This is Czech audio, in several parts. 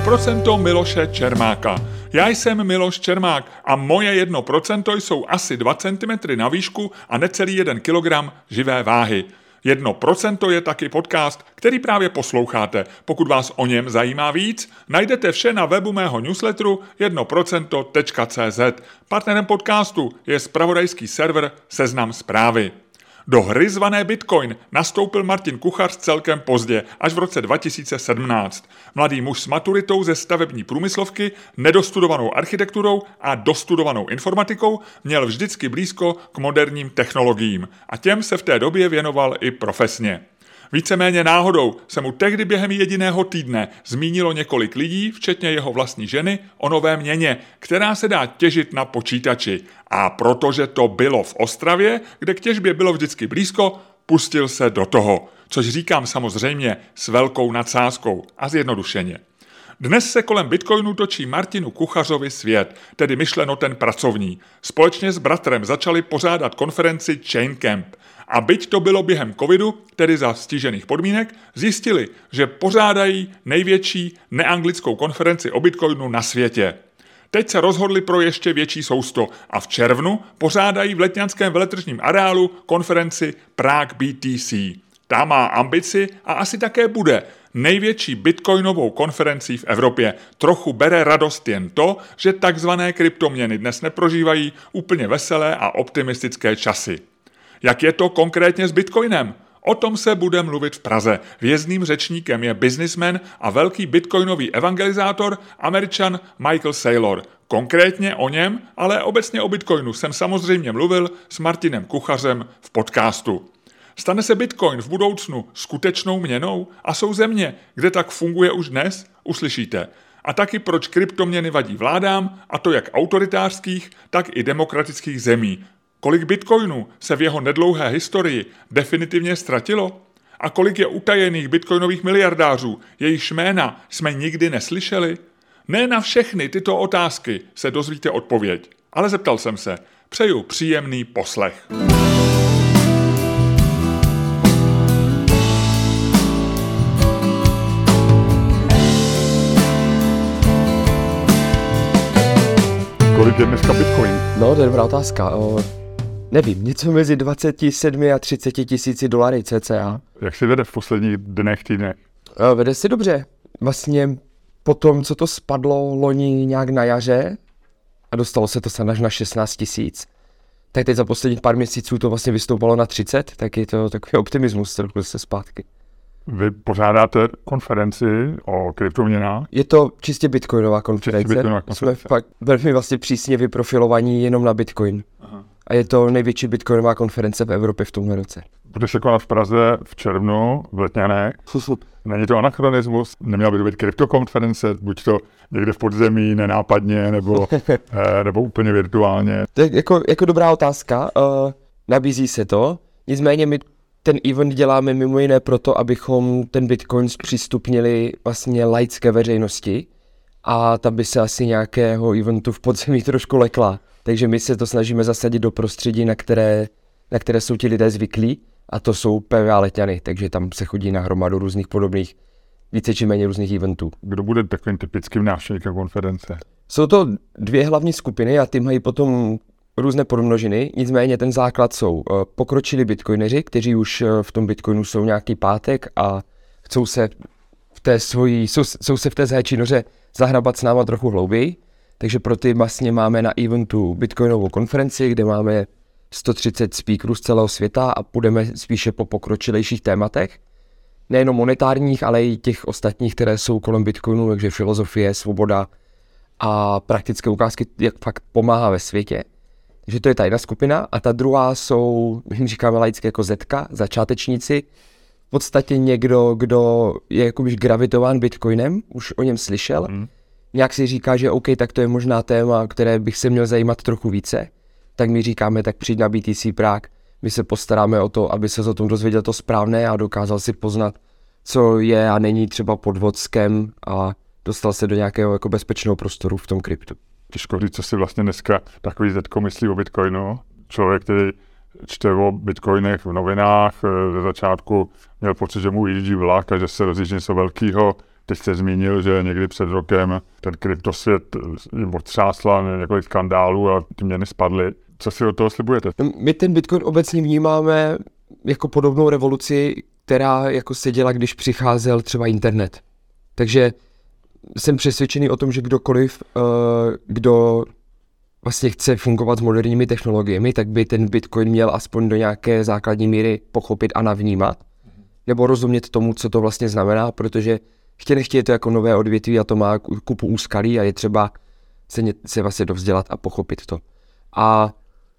1% Miloše Čermáka. Já jsem Miloš Čermák a moje 1% jsou asi 2 cm na výšku a necelý 1 kg živé váhy. 1% je taky podcast, který právě posloucháte. Pokud vás o něm zajímá víc, najdete vše na webu mého newsletteru 1%.cz. Partnerem podcastu je zpravodajský server Seznam Zprávy. Do hry zvané Bitcoin nastoupil Martin Kuchař celkem pozdě, až v roce 2017. Mladý muž s maturitou ze stavební průmyslovky, nedostudovanou architekturou a dostudovanou informatikou měl vždycky blízko k moderním technologiím a těm se v té době věnoval i profesně. Víceméně náhodou se mu tehdy během jediného týdne zmínilo několik lidí, včetně jeho vlastní ženy, o nové měně, která se dá těžit na počítači. A protože to bylo v Ostravě, kde k těžbě bylo vždycky blízko, pustil se do toho. Což říkám samozřejmě s velkou nadsázkou a zjednodušeně. Dnes se kolem Bitcoinu točí Martinu Kuchařovi svět, tedy myšleno ten pracovní. Společně s bratrem začali pořádat konferenci Chain Camp. A byť to bylo během covidu, tedy za stížených podmínek, zjistili, že pořádají největší neanglickou konferenci o Bitcoinu na světě. Teď se rozhodli pro ještě větší sousto a v červnu pořádají v letňanském veletržním areálu konferenci Prague BTC. Ta má ambici a asi také bude největší bitcoinovou konferencí v Evropě. Trochu bere radost jen to, že takzvané kryptoměny dnes neprožívají úplně veselé a optimistické časy. Jak je to konkrétně s Bitcoinem? O tom se bude mluvit v Praze. Vězným řečníkem je businessman a velký bitcoinový evangelizátor Američan Michael Saylor. Konkrétně o něm, ale obecně o Bitcoinu jsem samozřejmě mluvil s Martinem Kuchařem v podcastu. Stane se Bitcoin v budoucnu skutečnou měnou a jsou země, kde tak funguje už dnes? Uslyšíte. A taky proč kryptoměny vadí vládám, a to jak autoritářských, tak i demokratických zemí. Kolik bitcoinů se v jeho nedlouhé historii definitivně ztratilo? A kolik je utajených bitcoinových miliardářů, jejichž jména jsme nikdy neslyšeli? Ne na všechny tyto otázky se dozvíte odpověď, ale zeptal jsem se. Přeju příjemný poslech. Kolik je dneska Bitcoin? No, to je dobrá otázka. Nevím, něco mezi 27 a 30 tisíci dolary cca. Jak si vede v posledních dnech, týdnech? Vede si dobře. Vlastně po tom, co to spadlo loni nějak na jaře a dostalo se to až na 16 tisíc, tak teď za posledních pár měsíců to vlastně vystoupalo na 30, tak je to takový optimismus trochu se zpátky. Vy pořádáte konferenci o kryptoměnách? Je to čistě bitcoinová konference. Jsme fakt velmi vlastně přísně vyprofilovaní jenom na Bitcoin. Aha. A je to největší bitcoinová konference v Evropě v tomhle roce. Bude se konat v Praze v červnu, v Letňanech. Není to anachronismus? Neměla by to být kryptokonference, buď to někde v podzemí, nenápadně, nebo úplně virtuálně? To je jako dobrá otázka. Nabízí se to. Nicméně my ten event děláme mimo jiné proto, abychom ten Bitcoin zpřístupnili vlastně laické veřejnosti a tam by se asi nějakého eventu v podzemí trošku lekla. Takže my se to snažíme zasadit do prostředí, na které jsou ti lidé zvyklí a to jsou PV Letňany, takže tam se chodí na hromadu různých podobných, více či méně různých eventů. Kdo bude takovým typickým návštěvníkem konference? Jsou to 2 hlavní skupiny a ty mají potom různé podmnožiny, nicméně ten základ jsou pokročilí bitcoineři, kteří už v tom Bitcoinu jsou nějaký pátek a chcou se v té zhéčí noře zahrabat s náma trochu hlouběji. Takže pro ty vlastně máme na eventu bitcoinovou konferenci, kde máme 130 speakerů z celého světa a půjdeme spíše po pokročilejších tématech. Nejenom monetárních, ale i těch ostatních, které jsou kolem Bitcoinu, takže filozofie, svoboda a praktické ukázky, jak fakt pomáhá ve světě. Takže to je ta jedna skupina a ta druhá jsou, my říkáme laicky jako zetka, začátečníci. V podstatě někdo, kdo je jakoby gravitován Bitcoinem, už o něm slyšel. Nějak si říká, že OK, tak to je možná téma, které bych se měl zajímat trochu více. Tak my říkáme, tak přijď na BTC Prague. My se postaráme o to, aby se o tom dozvěděl to správné a dokázal si poznat, co je a není třeba podvodskem a dostal se do nějakého jako bezpečného prostoru v tom kryptu. Těžko říct, co si vlastně dneska takový zetko myslí o Bitcoinu. Člověk, který čte o Bitcoinech v novinách, ze začátku měl pocit, že mu jíždí vlak a že se rozjíždí něco velkého. Teď jste zmínil, že někdy před rokem ten kryptosvět jim otřásla několik skandálů a ty měny spadly. Co si od toho slibujete? My ten Bitcoin obecně vnímáme jako podobnou revoluci, která jako se děla, když přicházel třeba internet. Takže jsem přesvědčený o tom, že kdokoliv, kdo vlastně chce fungovat s moderními technologiemi, tak by ten Bitcoin měl aspoň do nějaké základní míry pochopit a navnímat, nebo rozumět tomu, co to vlastně znamená, protože je to jako nové odvětví a to má kupu úskalí a je třeba se vlastně dovzdělat a pochopit to. A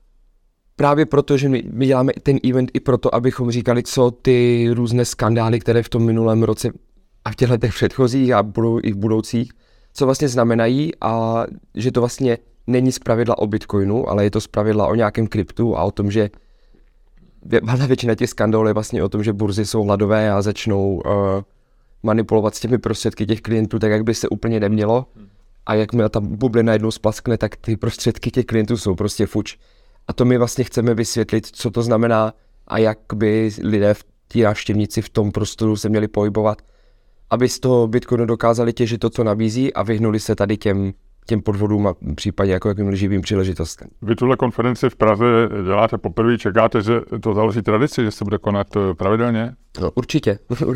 právě proto, že my děláme ten event i proto, abychom říkali, co ty různé skandály, které v tom minulém roce a v těchto těch předchozích a budou i v budoucích, co vlastně znamenají a že to vlastně není zpravidla o Bitcoinu, ale je to zpravidla o nějakém kryptu a o tom, že většina těch skandálů je vlastně o tom, že burzy jsou hladové a začnou manipulovat s těmi prostředky těch klientů tak, jak by se úplně nemělo. A jakmile ta bublina jednou splaskne, tak ty prostředky těch klientů jsou prostě fuč. A to my vlastně chceme vysvětlit, co to znamená a jak by lidé, ti návštěvníci v tom prostoru se měli pohybovat, aby z toho Bitcoinu dokázali těžit to, co nabízí a vyhnuli se tady těm podvodům a případně jako jakým živým příležitostem. Vy tuhle konferenci v Praze děláte poprvé, čekáte, že to založí tradici, že se bude konat pravidelně? No, určitě.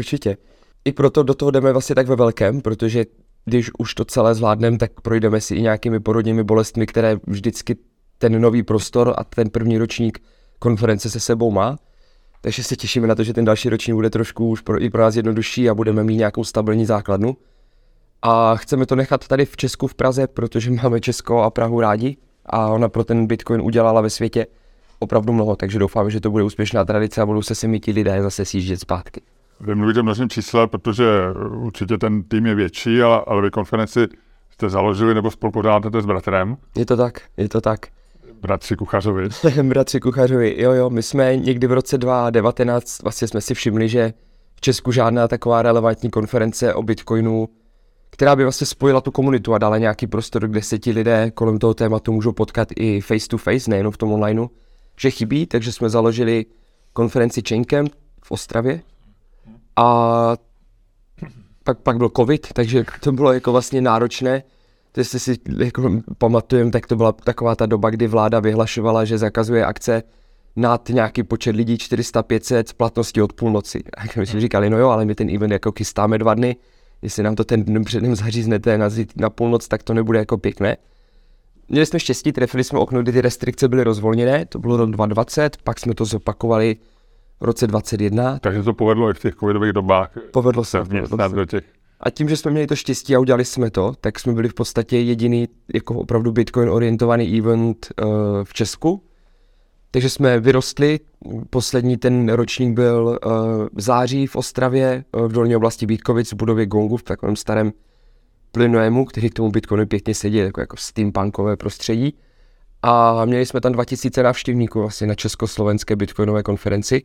I proto do toho jdeme vlastně tak ve velkém, protože když už to celé zvládneme, tak projdeme si i nějakými porodními bolestmi, které vždycky ten nový prostor a ten první ročník konference se sebou má. Takže se těšíme na to, že ten další ročník bude trošku už i pro nás jednodušší a budeme mít nějakou stabilní základnu. A chceme to nechat tady v Česku, v Praze, protože máme Česko a Prahu rádi a ona pro ten Bitcoin udělala ve světě opravdu mnoho, takže doufám, že to bude úspěšná tradice a budou se sem ti lidé zase sjíždět zpátky. Vy mluvíte o množném čísle, protože určitě ten tým je větší, ale vy konferenci jste založili nebo spolupořádáte s bratrem? Je to tak. Bratři Kuchařovi. Bratři Kuchařovi, jo, my jsme někdy v roce 2019 vlastně jsme si všimli, že v Česku žádná taková relevantní konference o Bitcoinu, která by vlastně spojila tu komunitu a dala nějaký prostor, kde se ti lidé kolem toho tématu můžou potkat i face to face, nejenom v tom onlineu, že chybí, takže jsme založili konferenci Chaincamp v Ostravě a pak byl covid, takže to bylo jako vlastně náročné. Jestli si jako pamatujeme, tak to byla taková ta doba, kdy vláda vyhlašovala, že zakazuje akce nad nějaký počet lidí 400-500 s platností od půlnoci. A my jsme říkali, no jo, ale my ten event jako chystáme 2 dny, jestli nám to ten den předem zaříznete na půlnoc, tak to nebude jako pěkné. Měli jsme štěstí, trefili jsme okno, kdy ty restrikce byly rozvolněné, to bylo rok 2020, pak jsme to zopakovali v roce 2021. Takže to povedlo i v těch covidových dobách. Povedlo se. Do těch. A tím, že jsme měli to štěstí a udělali jsme to, tak jsme byli v podstatě jediný jako opravdu Bitcoin orientovaný event v Česku. Takže jsme vyrostli, poslední ten ročník byl v září v Ostravě, v dolní oblasti Vítkovic, v budově Gongu, v takovém starém plynoému, který k tomu Bitcoinu pěkně sedí, jako steampunkové prostředí. A měli jsme tam 2000 návštěvníků vlastně na československé bitcoinové konferenci.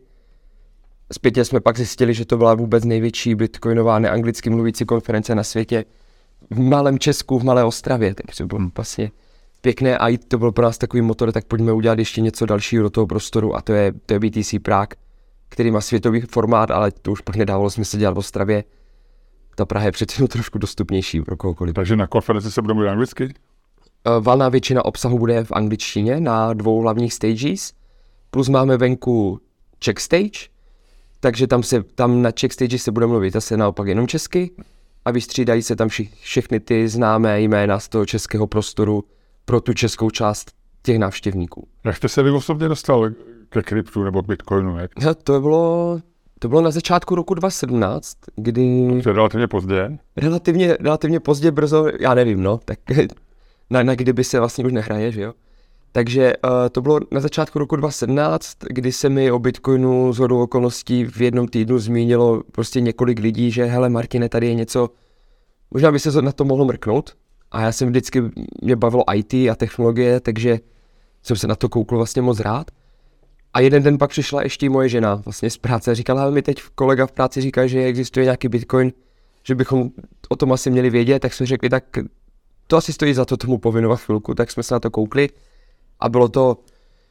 Zpětně jsme pak zjistili, že to byla vůbec největší bitcoinová neanglicky mluvící konference na světě v malém Česku, v malé Ostravě, takže bylo vlastně pěkné a to byl pro nás takový motor, tak pojďme udělat ještě něco dalšího do toho prostoru a to je BTC Prague, který má světový formát, ale to už pak nedávalo smysl dělat v Ostravě. Ta Praha je přece trošku dostupnější pro kohokoliv. Takže na konferenci se bude mluvit anglicky? Valná většina obsahu bude v angličtině na 2 hlavních stages, plus máme venku Czech stage, takže tam na Czech stage se bude mluvit zase naopak jenom česky a vystřídají se tam všechny ty známé jména z toho českého prostoru pro tu českou část těch návštěvníků. Jak jste se vy osobně dostal ke kryptu nebo k Bitcoinu? To bylo na začátku roku 2017, kdy... To je relativně pozdě? Relativně pozdě, brzo, já nevím, no, tak na kdyby se vlastně už nehraje, že jo. Takže to bylo na začátku roku 2017, kdy se mi o Bitcoinu shodou okolností v jednom týdnu zmínilo prostě několik lidí, že hele Martine, tady je něco, možná by se na to mohlo mrknout. A já jsem vždycky, mě bavilo IT a technologie, takže jsem se na to koukl vlastně moc rád. A jeden den pak přišla ještě moje žena vlastně z práce a říkala, ale mi teď kolega v práci říká, že existuje nějaký Bitcoin, že bychom o tom asi měli vědět, tak jsme řekli, tak to asi stojí za to tomu povinovat chvilku, tak jsme se na to koukli a bylo to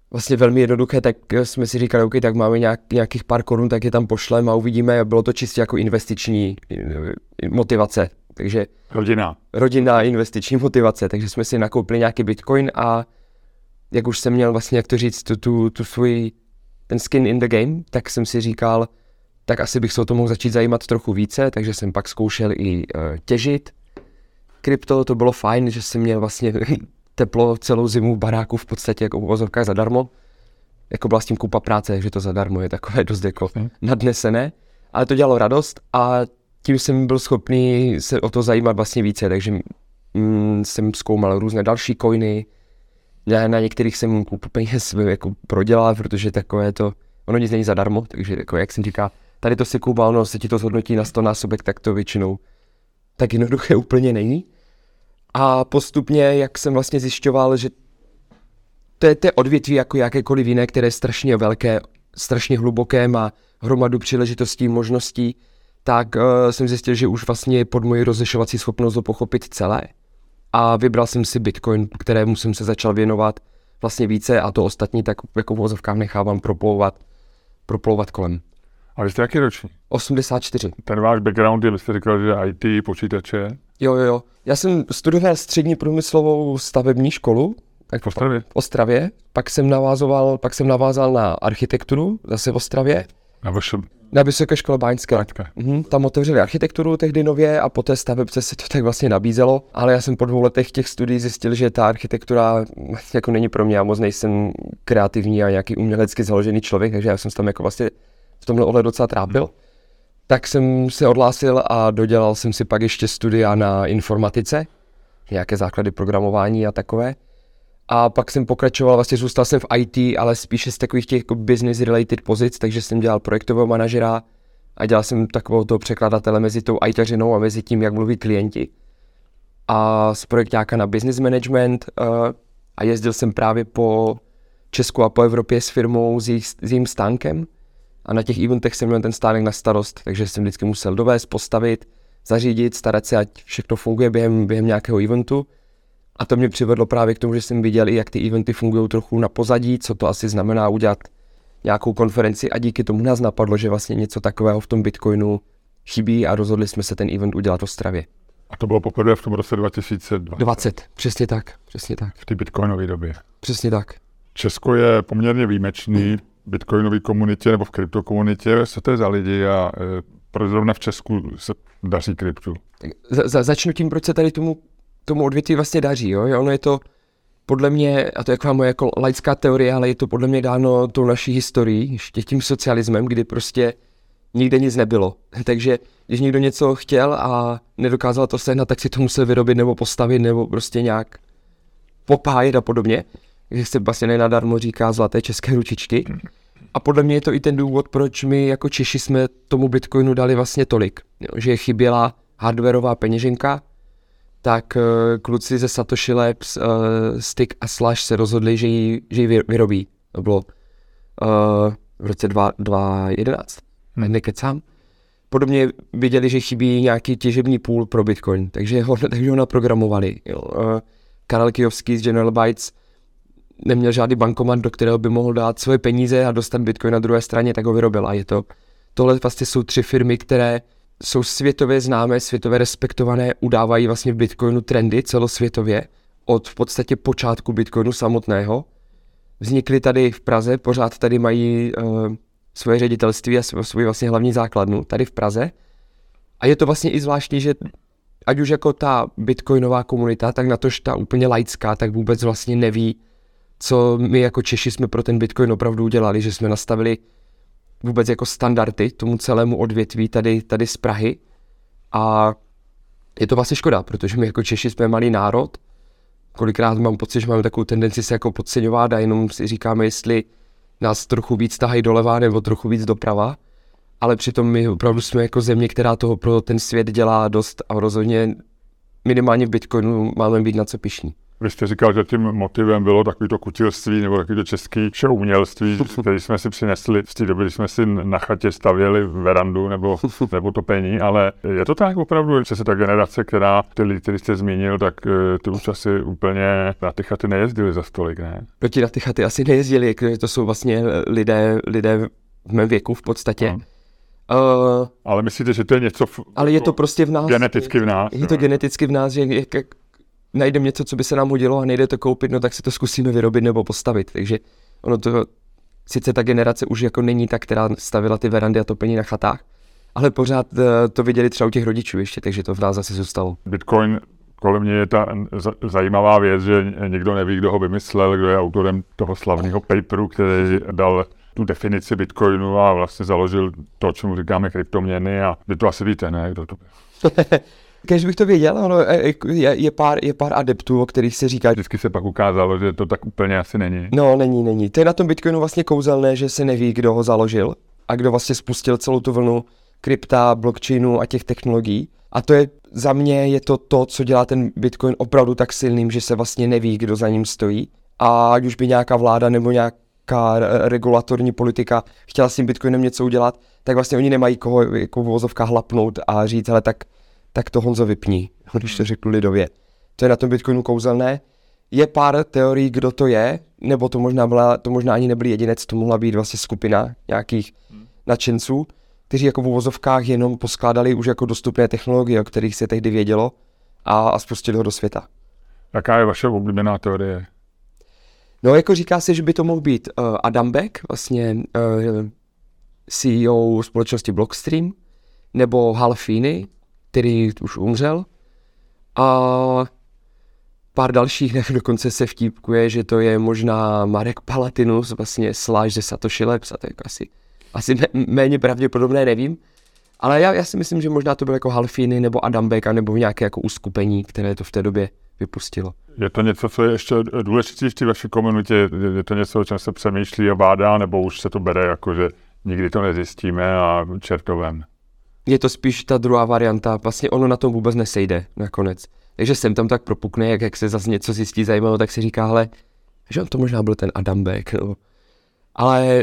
vlastně velmi jednoduché, tak jsme si říkali, OK, tak máme nějakých pár korun, tak je tam pošlem a uvidíme. Bylo to čistě jako investiční motivace, takže rodinná investiční motivace, takže jsme si nakoupili nějaký bitcoin a jak už jsem měl vlastně, jak to říct, tu svůj ten skin in the game, tak jsem si říkal, tak asi bych se o tom mohl začít zajímat trochu více, takže jsem pak zkoušel i těžit krypto, to bylo fajn, že jsem měl vlastně teplo celou zimu v baráku v podstatě jako v uvozovkách zadarmo. Jako byla s tím kupa práce, že to zadarmo je takové dost jako nadnesené, ale to dělalo radost a tím jsem byl schopný se o to zajímat vlastně více, takže jsem zkoumal různé další coiny, na některých jsem kupu peněz jako prodělal, protože takové to, ono nic není zadarmo, takže jako jak jsem říkal, tady to si koupal, no se ti to zhodnotí na 100 násobek, tak to většinou tak jednoduché úplně není. A postupně, jak jsem vlastně zjišťoval, že to je odvětví jako jakékoliv jiné, které je strašně velké, strašně hluboké, má hromadu příležitostí, možností, tak jsem zjistil, že už vlastně pod moji rozlišovací schopnost to pochopit celé. A vybral jsem si Bitcoin, kterému jsem se začal věnovat vlastně více a to ostatní tak jako v vozovkách nechávám proplouvat kolem. A vy jste jaký ročník? 84. Ten váš background je, vy jste říkal, že IT, počítače. Jo. Já jsem studoval střední průmyslovou stavební školu. V Ostravě? V Ostravě. Pak jsem navázal na architekturu, zase v Ostravě. Na Vysoké škole báňské. Tam otevřeli architekturu tehdy nově a po té stavebce se to tak vlastně nabízelo, ale já jsem po 2 letech těch studií zjistil, že ta architektura jako není pro mě, já moc nejsem kreativní a nějaký umělecky založený člověk, takže já jsem tam jako vlastně v tomhle ohledu docela trápil. Tak jsem se odhlásil a dodělal jsem si pak ještě studia na informatice, nějaké základy programování a takové. A pak jsem pokračoval, vlastně zůstal jsem v IT, ale spíše z takových těch jako business related pozic, takže jsem dělal projektového manažera a dělal jsem takového toho překladatele mezi tou ITařinou a mezi tím, jak mluví klienti. A z projekťáka na business management a jezdil jsem právě po Česku a po Evropě s firmou s jejím stánkem a na těch eventech jsem měl ten stánek na starost, takže jsem vždycky musel dovést, postavit, zařídit, starat se, ať všechno funguje během nějakého eventu. A to mě přivedlo právě k tomu, že jsem viděl i jak ty eventy fungují trochu na pozadí, co to asi znamená udělat nějakou konferenci a díky tomu nás napadlo, že vlastně něco takového v tom Bitcoinu chybí a rozhodli jsme se ten event udělat v Ostravě. A to bylo poprvé v tom roce 2020. Přesně tak. V té bitcoinové době. Přesně tak. Česko je poměrně výjimečný v bitcoinové komunitě nebo v kryptokomunitě. Co to je za lidi a proč zrovna v Česku se daří kryptu? Začnu tím, proč se tady tomu odvětví vlastně daří, jo? Ono je to podle mě, a to je taková moje jako laická teorie, ale je to podle mě dáno tou naší historií, ještě tím socialismem, kdy prostě nikde nic nebylo. Takže když někdo něco chtěl a nedokázal to sehnat, tak si to musel vyrobit nebo postavit nebo prostě nějak popájet a podobně. Takže se vlastně nenadarmo říká zlaté české ručičky. A podle mě je to i ten důvod, proč my jako Češi jsme tomu Bitcoinu dali vlastně tolik. Jo? Že chyběla hardwarová peněženka, tak kluci ze Satoshi Labs, Stick a Slash se rozhodli, že ji vyrobí. To bylo v roce 2011, nekecám. Podobně viděli, že chybí nějaký těžební půl pro Bitcoin, takže ho naprogramovali. Karel Kijovský z General Bytes neměl žádný bankomat, do kterého by mohl dát svoje peníze a dostat Bitcoin na druhé straně, tak ho vyrobil. A tohle vlastně jsou 3 firmy, které jsou světově známé, světově respektované, udávají vlastně v Bitcoinu trendy celosvětově od v podstatě počátku Bitcoinu samotného. Vznikly tady v Praze, pořád tady mají svoje ředitelství a svoji vlastně hlavní základnu tady v Praze. A je to vlastně i zvláštní, že ať už jako ta bitcoinová komunita, tak natož ta úplně laická, tak vůbec vlastně neví, co my jako Češi jsme pro ten Bitcoin opravdu udělali, že jsme nastavili vůbec jako standardy tomu celému odvětví tady z Prahy a je to vlastně škoda, protože my jako Češi jsme malý národ, kolikrát mám pocit, že máme takovou tendenci se jako podceňovat a jenom si říkáme, jestli nás trochu víc tahají doleva nebo trochu víc doprava, ale přitom my opravdu jsme jako země, která toho pro ten svět dělá dost a rozhodně minimálně v Bitcoinu máme být na co pyšní. Vy jste říkal, že tím motivem bylo takovýto kutilství nebo takovýto český umělství, který jsme si přinesli v té době, když jsme si na chatě stavěli verandu nebo topení, ale je to tak opravdu, že se ta generace, ty lidi, který jste zmínil, tak ty už asi úplně na ty chaty nejezdili za stolik, ne? Proti na ty chaty asi nejezdili, to jsou vlastně lidé v mém věku v podstatě. Ale myslíte, že to je něco ale je to prostě v nás. Geneticky v nás. Je to geneticky v nás, že najdeme něco, co by se nám hodilo a nejde to koupit, no tak si to zkusíme vyrobit nebo postavit. Takže ono to, sice ta generace už jako není ta, která stavila ty verandy a topení na chatách, ale pořád to viděli třeba u těch rodičů ještě, takže to v nás zase zůstalo. Bitcoin kolem mě je ta zajímavá věc, že nikdo neví, kdo ho vymyslel, kdo je autorem toho slavného paperu, který dal tu definici Bitcoinu a vlastně založil to, čemu říkáme kryptoměny, a vy to asi víte, ne? Kdo to byl? Když bych to věděl, ono je pár adeptů, o kterých se říká. Vždycky se pak ukázalo, že to tak úplně asi není. No, není. To je na tom Bitcoinu vlastně kouzelné, že se neví, kdo ho založil a kdo vlastně spustil celou tu vlnu krypta, blockchainu a těch technologií. A to je, za mě je to, co dělá ten Bitcoin opravdu tak silným, že se vlastně neví, kdo za ním stojí. A ať už by nějaká vláda nebo nějaká regulatorní politika chtěla s tím Bitcoinem něco udělat, tak vlastně oni nemají koho jako v uvozovkách hlapnout a říct, hele, tak to Honzo vypni, když to řeknu lidově. To je na tom Bitcoinu kouzelné. Je pár teorií, kdo to je, nebo to možná ani nebyl jedinec, to mohla být vlastně skupina nějakých nadšenců, kteří jako v uvozovkách jenom poskládali už jako dostupné technologie, o kterých se tehdy vědělo, a spustili ho do světa. Jaká je vaše oblíbená teorie? No, jako říká se, že by to mohl být Adam Back, vlastně CEO společnosti Blockstream, nebo Hal Finney, který už umřel, a pár dalších, dokonce se vtípkuje, že to je možná Marek Palatinus, vlastně sláž ze Satoshi Labs, a to je asi méně pravděpodobné, nevím, ale já si myslím, že možná to bylo jako Hal Finney nebo Adam Back, nebo nějaké jako uskupení, které to v té době vypustilo. Je to něco, co je ještě důležité v té vaší komunitě? Je to něco, o čem se přemýšlí a bádá, nebo už se to bere jako, že nikdy to nezjistíme a čertovem? Je to spíš ta druhá varianta, vlastně ono na tom vůbec nesejde nakonec. Takže sem tam tak propukne, jak se zase něco zjistí zajímavého, tak se říká, hele, že on to možná byl ten Adam Back, no. Ale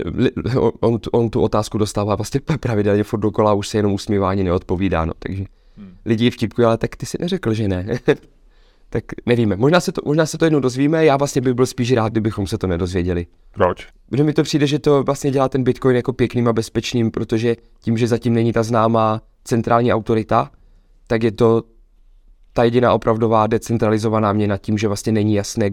on tu otázku dostává vlastně pravidelně furt dokola, už se jenom usmívá, ani neodpovídá, no. Takže lidi vtipkují, ale tak ty si neřekl, že ne. Tak nevíme, možná se to jednou dozvíme, já vlastně bych byl spíš rád, kdybychom se to nedozvěděli. Proč? Protože mi to přijde, že to vlastně dělá ten Bitcoin jako pěkným a bezpečným, protože tím, že zatím není ta známá centrální autorita, tak je to ta jediná opravdová decentralizovaná měna tím, že vlastně není jasné,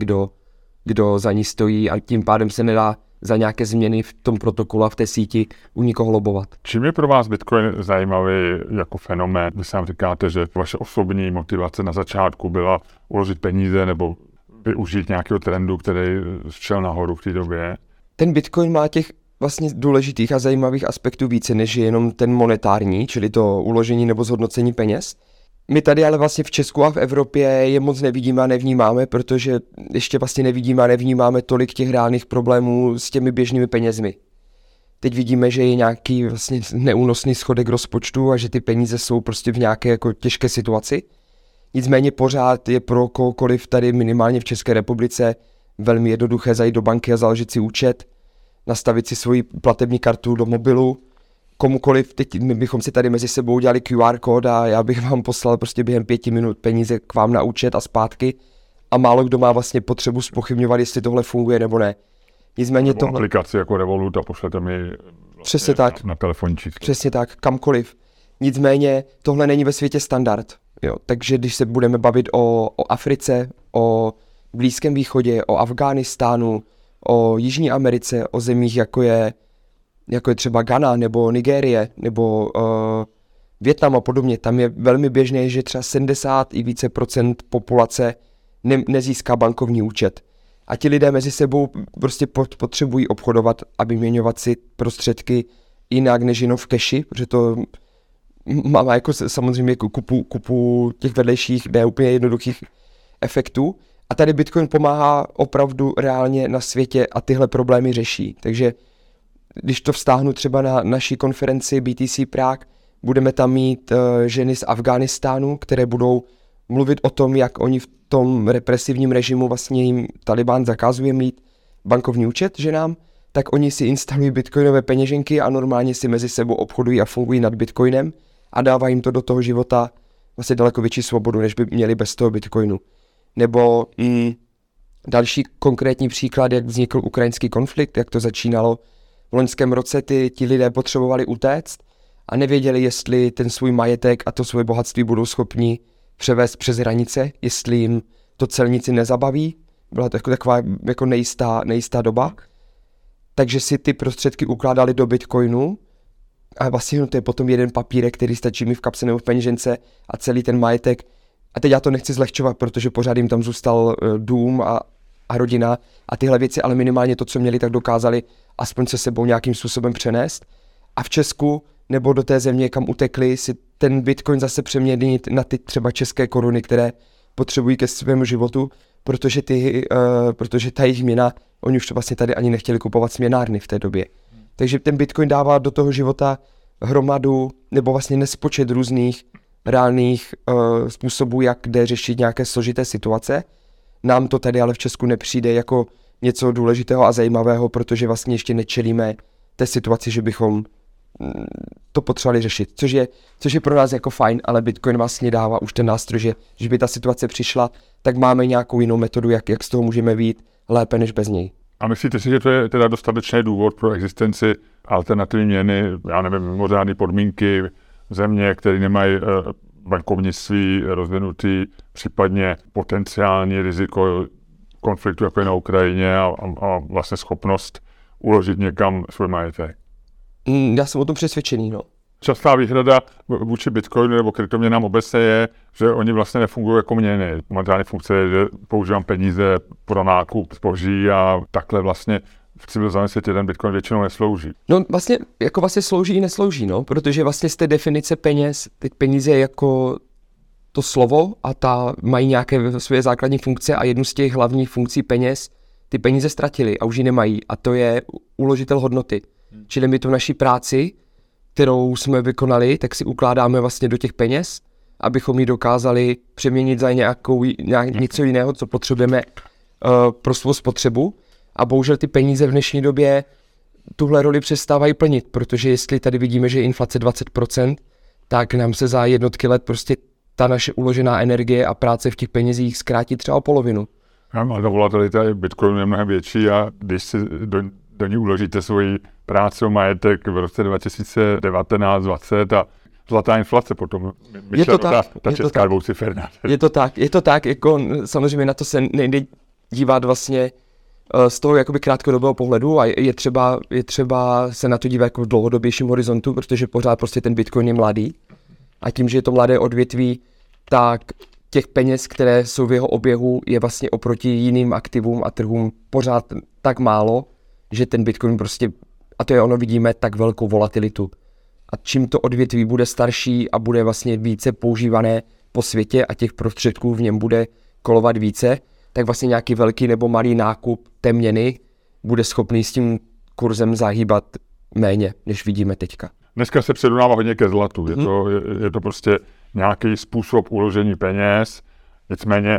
kdo za ní stojí, a tím pádem se nedá za nějaké změny v tom protokolu a v té síti u nikoho lobovat. Čím je pro vás Bitcoin zajímavý jako fenomén? Vy sám říkáte, že vaše osobní motivace na začátku byla uložit peníze nebo využít nějakého trendu, který šel nahoru v té době. Ten Bitcoin má těch vlastně důležitých a zajímavých aspektů více, než jenom ten monetární, čili to uložení nebo zhodnocení peněz. My tady ale vlastně v Česku a v Evropě je moc nevidíme a nevnímáme, protože ještě vlastně nevidíme a nevnímáme tolik těch reálných problémů s těmi běžnými penězmi. Teď vidíme, že je nějaký vlastně neúnosný schodek rozpočtu a že ty peníze jsou prostě v nějaké jako těžké situaci. Nicméně pořád je pro kohokoliv tady minimálně v České republice velmi jednoduché zajít do banky a založit si účet, nastavit si svoji platební kartu do mobilu. Komukoliv, teď my bychom si tady mezi sebou udělali QR kód a já bych vám poslal prostě během 5 minut peníze k vám na účet a zpátky, a málo kdo má vlastně potřebu zpochybňovat, jestli tohle funguje nebo ne. Nicméně tohle... aplikaci jako Revolut a pošlete mi přesně tak. Na telefonní číslo. Přesně tak, kamkoliv. Nicméně tohle není ve světě standard. Jo, takže když se budeme bavit o Africe, o Blízkém východě, o Afghánistánu, o Jižní Americe, o zemích jako je třeba Ghana nebo Nigérie nebo Vietnam a podobně, tam je velmi běžné, že třeba 70 i více procent populace nezíská bankovní účet. A ti lidé mezi sebou prostě potřebují obchodovat a vyměňovat si prostředky jinak než jenom v keši, protože to má jako samozřejmě kupu těch vedlejších, ne úplně jednoduchých efektů. A tady Bitcoin pomáhá opravdu reálně na světě a tyhle problémy řeší. Takže když to vztáhnu třeba na naší konferenci BTC Prague, budeme tam mít ženy z Afghánistánu, které budou mluvit o tom, jak oni v tom represivním režimu vlastně jim Taliban zakazuje mít bankovní účet ženám, tak oni si instalují bitcoinové peněženky a normálně si mezi sebou obchodují a fungují nad bitcoinem a dává jim to do toho života vlastně daleko větší svobodu, než by měli bez toho bitcoinu. Nebo další konkrétní příklad, jak vznikl ukrajinský konflikt, jak to začínalo. V loňském roce ti lidé potřebovali utéct a nevěděli, jestli ten svůj majetek a to svoje bohatství budou schopni převést přes hranice, jestli jim to celníci nezabaví. Byla to taková jako nejistá doba. Takže si ty prostředky ukládali do bitcoinu a vlastně to je potom jeden papírek, který stačí mi v kapse nebo v peněžence a celý ten majetek. A teď já to nechci zlehčovat, protože pořád jim tam zůstal dům a rodina a tyhle věci, ale minimálně to, co měli, tak dokázali aspoň se sebou nějakým způsobem přenést. A v Česku nebo do té země, kam utekli, si ten bitcoin zase přeměnit na ty třeba české koruny, které potřebují ke svému životu, protože ta jejich měna, oni už to vlastně tady ani nechtěli kupovat směnárny v té době. Takže ten bitcoin dává do toho života hromadu, nebo vlastně nespočet různých reálných způsobů, jak jde řešit nějaké složité situace. Nám to tady ale v Česku nepřijde jako něco důležitého a zajímavého, protože vlastně ještě nečelíme té situaci, že bychom to potřebovali řešit, což je pro nás jako fajn, ale Bitcoin vlastně dává už ten nástroj, že když by ta situace přišla, tak máme nějakou jinou metodu, jak z toho můžeme vyjít lépe než bez něj. A myslíte si, že to je teda dostatečný důvod pro existenci alternativní měny, já nevím, mimořádné podmínky země, které nemají bankovnictví rozvinutý, případně potenciální riziko konfliktu, jako je na Ukrajině a vlastně schopnost uložit někam svůj majetek? Já jsem o tom přesvědčený, no. Častá výhrada vůči Bitcoinu nebo kryptoměnám obecně je, že oni vlastně nefungují jako měny. Momentální funkce je, že používám peníze pro nákup zboží a takhle vlastně v civilizovaném světě ten Bitcoin většinou neslouží. No vlastně slouží i neslouží, no, protože vlastně z té definice peněz, ty peníze jako to slovo a ta mají nějaké své základní funkce a jednu z těch hlavních funkcí peněz ty peníze ztratili a už ji nemají a to je uložitel hodnoty. Čili my tu naší práci, kterou jsme vykonali, tak si ukládáme vlastně do těch peněz, abychom ji dokázali přeměnit za něco jiného, co potřebujeme pro svou spotřebu. A bohužel ty peníze v dnešní době tuhle roli přestávají plnit, protože jestli tady vidíme, že je inflace 20%, tak nám se za jednotky let prostě ta naše uložená energie a práce v těch penězích zkrátí třeba o polovinu. Ale ta volatilita Bitcoinu je mnohem větší a když si do ní uložíte svoji práci o majetek v roce 2019-2020 a zlatá inflace potom. Je to tak. Ta česká dvouciferná. Je to tak, jako samozřejmě na to se nejde dívat vlastně z toho jakoby krátkodobého pohledu a je třeba se na to dívat jako v dlouhodobějším horizontu, protože pořád prostě ten Bitcoin je mladý a tím, že je to mladé odvětví, tak těch peněz, které jsou v jeho oběhu, je vlastně oproti jiným aktivům a trhům pořád tak málo, že ten Bitcoin prostě, a to je ono, vidíme tak velkou volatilitu. A čím to odvětví bude starší a bude vlastně více používané po světě a těch prostředků v něm bude kolovat více, tak vlastně nějaký velký nebo malý nákup té měny bude schopný s tím kurzem zahýbat méně, než vidíme teďka. Dneska se předunává hodně ke zlatu. Je to prostě nějaký způsob uložení peněz, nicméně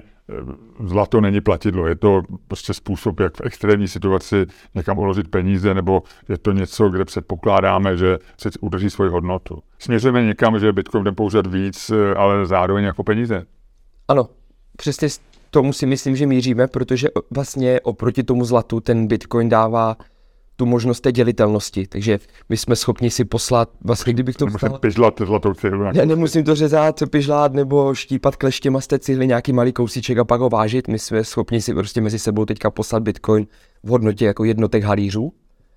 zlato není platidlo. Je to prostě způsob, jak v extrémní situaci někam uložit peníze, nebo je to něco, kde předpokládáme, že se udrží svoji hodnotu. Směřujeme někam, že Bitcoin bude používat víc, ale zároveň jako peníze. Ano, přesně tomu si myslím, že míříme, protože vlastně oproti tomu zlatu ten Bitcoin dává tu možnost té dělitelnosti, takže my jsme schopni si poslat, vlastně kdybych to Nemusím pižlat zlatou cihlu. Nemusím to řezat, pižlát nebo štípat kleštěma z té cihly nějaký malý kousíček a pak ho vážit, my jsme schopni si prostě mezi sebou teďka poslat Bitcoin v hodnotě jako jednotek halířů,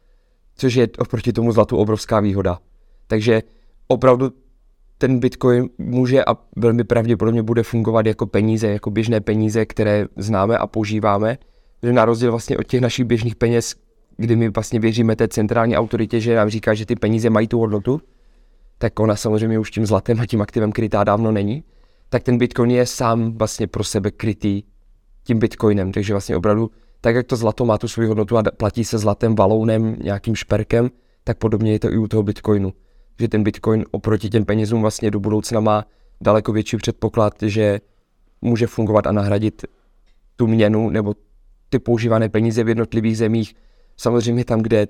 což je oproti tomu zlatu obrovská výhoda. Takže opravdu ten Bitcoin může a velmi pravděpodobně bude fungovat jako peníze, jako běžné peníze, které známe a používáme, že na rozdíl vlastně od těch našich běžných peněz, kdy my vlastně věříme té centrální autoritě, že nám říká, že ty peníze mají tu hodnotu, tak ona samozřejmě už tím zlatem a tím aktivem krytá dávno není, tak ten Bitcoin je sám vlastně pro sebe krytý tím Bitcoinem, takže vlastně opravdu tak, jak to zlato má tu svou hodnotu a platí se zlatem, valounem, nějakým šperkem, tak podobně je to i u toho Bitcoinu. Že ten Bitcoin oproti těm penězům vlastně do budoucna má daleko větší předpoklad, že může fungovat a nahradit tu měnu nebo ty používané peníze v jednotlivých zemích. Samozřejmě tam, kde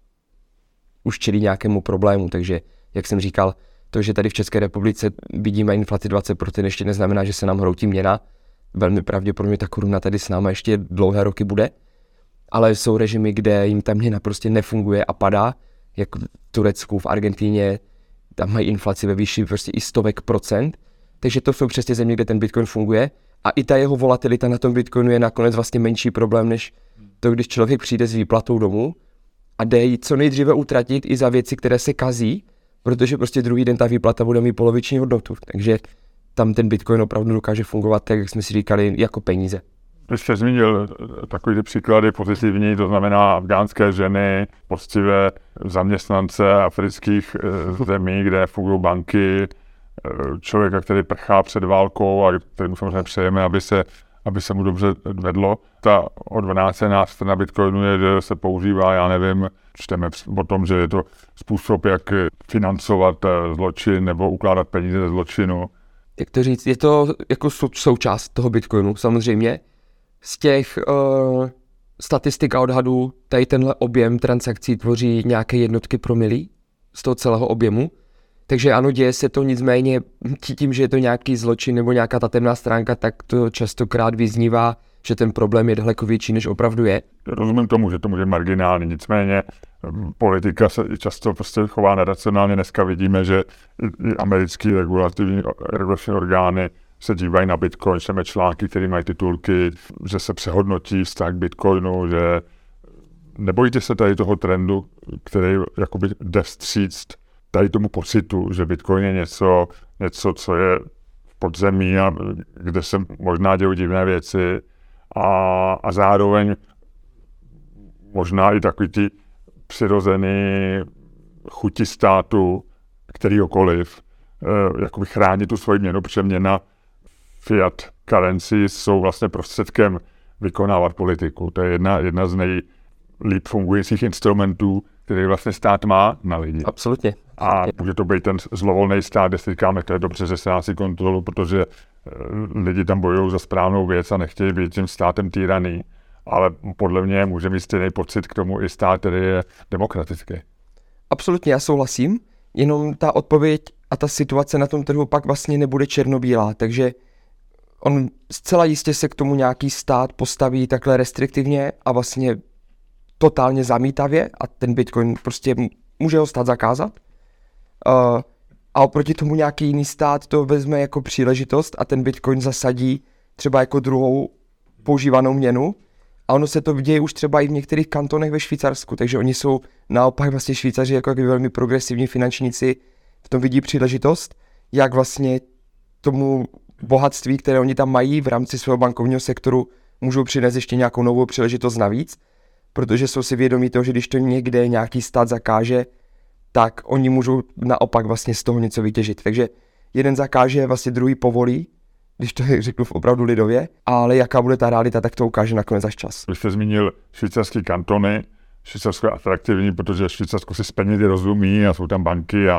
už čelí nějakému problému, takže jak jsem říkal, to, že tady v České republice vidíme inflaci 20%, ještě neznamená, že se nám hroutí měna. Velmi pravděpodobně ta koruna tady s náma ještě dlouhé roky bude, ale jsou režimy, kde jim ta měna prostě nefunguje a padá, jak v Turecku, v Argentíně, tam mají inflaci ve výši prostě i stovek procent, takže to jsou přesně země, kde ten Bitcoin funguje a i ta jeho volatilita na tom Bitcoinu je nakonec vlastně menší problém, než to, když člověk přijde s výplatou domů a jde ji co nejdříve utratit i za věci, které se kazí, protože prostě druhý den ta výplata bude mít poloviční hodnotu, takže tam ten Bitcoin opravdu dokáže fungovat tak, jak jsme si říkali, jako peníze. Vy jste zmínil takový ty příklady pozitivní, to znamená afgánské ženy, poctivé zaměstnance afrických zemí, kde fungují banky, člověka, který prchá před válkou a kterému samozřejmě přejeme, aby se mu dobře vedlo. Ta odvrácená strana Bitcoinu je, že se používá, já nevím, čteme o tom, že je to způsob, jak financovat zločin nebo ukládat peníze ze zločinu. Jak to říct, je to jako součást toho Bitcoinu, samozřejmě. Z těch statistik a odhadů tady tenhle objem transakcí tvoří nějaké jednotky promilí z toho celého objemu. Takže ano, děje se to, nicméně tím, že je to nějaký zločin nebo nějaká ta temná stránka, tak to častokrát vyznívá, že ten problém je daleko větší, než opravdu je. Rozumím tomu, že to může marginální, nicméně politika se často prostě chová neracionálně. Dneska vidíme, že i americký regulační orgány se dívají na Bitcoin, čteme články, které mají titulky, že se přehodnotí vztah k Bitcoinu, že nebojíte se tady toho trendu, který jakoby jde vstříc tady tomu pocitu, že Bitcoin je něco, co je v podzemí a kde se možná dějí divné věci a zároveň možná i takový ty přirozený chuti státu, kterýhokoliv, jakoby chránit tu svoji měnu, protože měna fiat currency jsou vlastně prostředkem vykonávat politiku. To je jedna z nejlíp fungujících instrumentů, který vlastně stát má na lidi. Absolutně. A může to být ten zlovolný stát, kde si říkáme, to je dobře, že se nás kontrolu, protože lidi tam bojují za správnou věc a nechtějí být tím státem týraný. Ale podle mě může mít stejný pocit k tomu i stát, který je demokratický. Absolutně, já souhlasím, jenom ta odpověď a ta situace na tom trhu pak vlastně nebude černobílá, takže on zcela jistě se k tomu nějaký stát postaví takhle restriktivně a vlastně totálně zamítavě a ten Bitcoin prostě může ho stát zakázat. A oproti tomu nějaký jiný stát to vezme jako příležitost a ten Bitcoin zasadí třeba jako druhou používanou měnu. A ono se to děje už třeba i v některých kantonech ve Švýcarsku, takže oni jsou naopak vlastně Švýcaři jako velmi progresivní finančníci, v tom vidí příležitost, jak vlastně tomu bohatství, které oni tam mají v rámci svého bankovního sektoru, můžou přinést ještě nějakou novou příležitost navíc, protože jsou si vědomí toho, že když to někde nějaký stát zakáže, tak oni můžou naopak vlastně z toho něco vytěžit. Takže jeden zakáže, vlastně druhý povolí, když to řeknu opravdu lidově, ale jaká bude ta realita, tak to ukáže nakonec až čas. Vy jste zmínil švýcarský kantony. Švýcarsko je atraktivní, protože Švýcarsko si s penězi rozumí a jsou tam banky.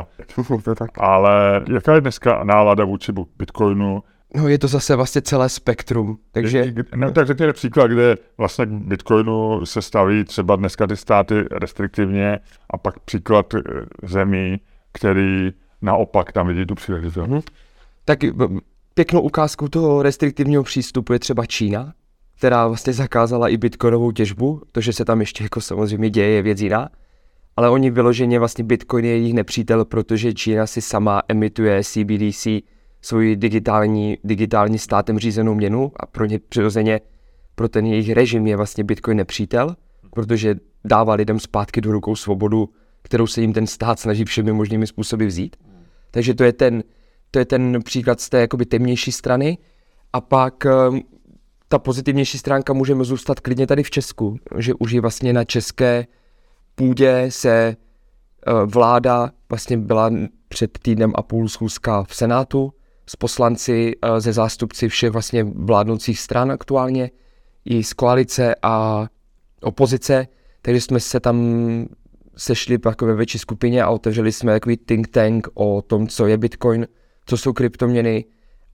Ale jaká je dneska nálada vůči Bitcoinu? No je to zase vlastně celé spektrum, takže... Tak řekněte příklad, kde vlastně k Bitcoinu se staví třeba dneska ty státy restriktivně a pak příklad zemí, který naopak tam vidí tu příležitost. Tak pěknou ukázkou toho restriktivního přístupu je třeba Čína, která vlastně zakázala i bitcoinovou těžbu, to, že se tam ještě jako samozřejmě děje, je věc jiná, ale oni vyloženě vlastně Bitcoin je jejich nepřítel, protože Čína si sama emituje CBDC, svoji digitální státem řízenou měnu a pro ně přirozeně pro ten jejich režim je vlastně Bitcoin nepřítel, protože dává lidem zpátky do rukou svobodu, kterou se jim ten stát snaží všemi možnými způsoby vzít. Takže to je ten příklad z té jakoby temnější strany. A pak ta pozitivnější stránka můžeme zůstat klidně tady v Česku, že už je vlastně na české půdě se vláda, vlastně byla před týdnem a půl schůzka v Senátu s poslanci, ze zástupci všech vlastně vládnoucích stran aktuálně, i z koalice a opozice, takže jsme se tam sešli jako ve větší skupině a otevřeli jsme takový think tank o tom, co je Bitcoin, co jsou kryptoměny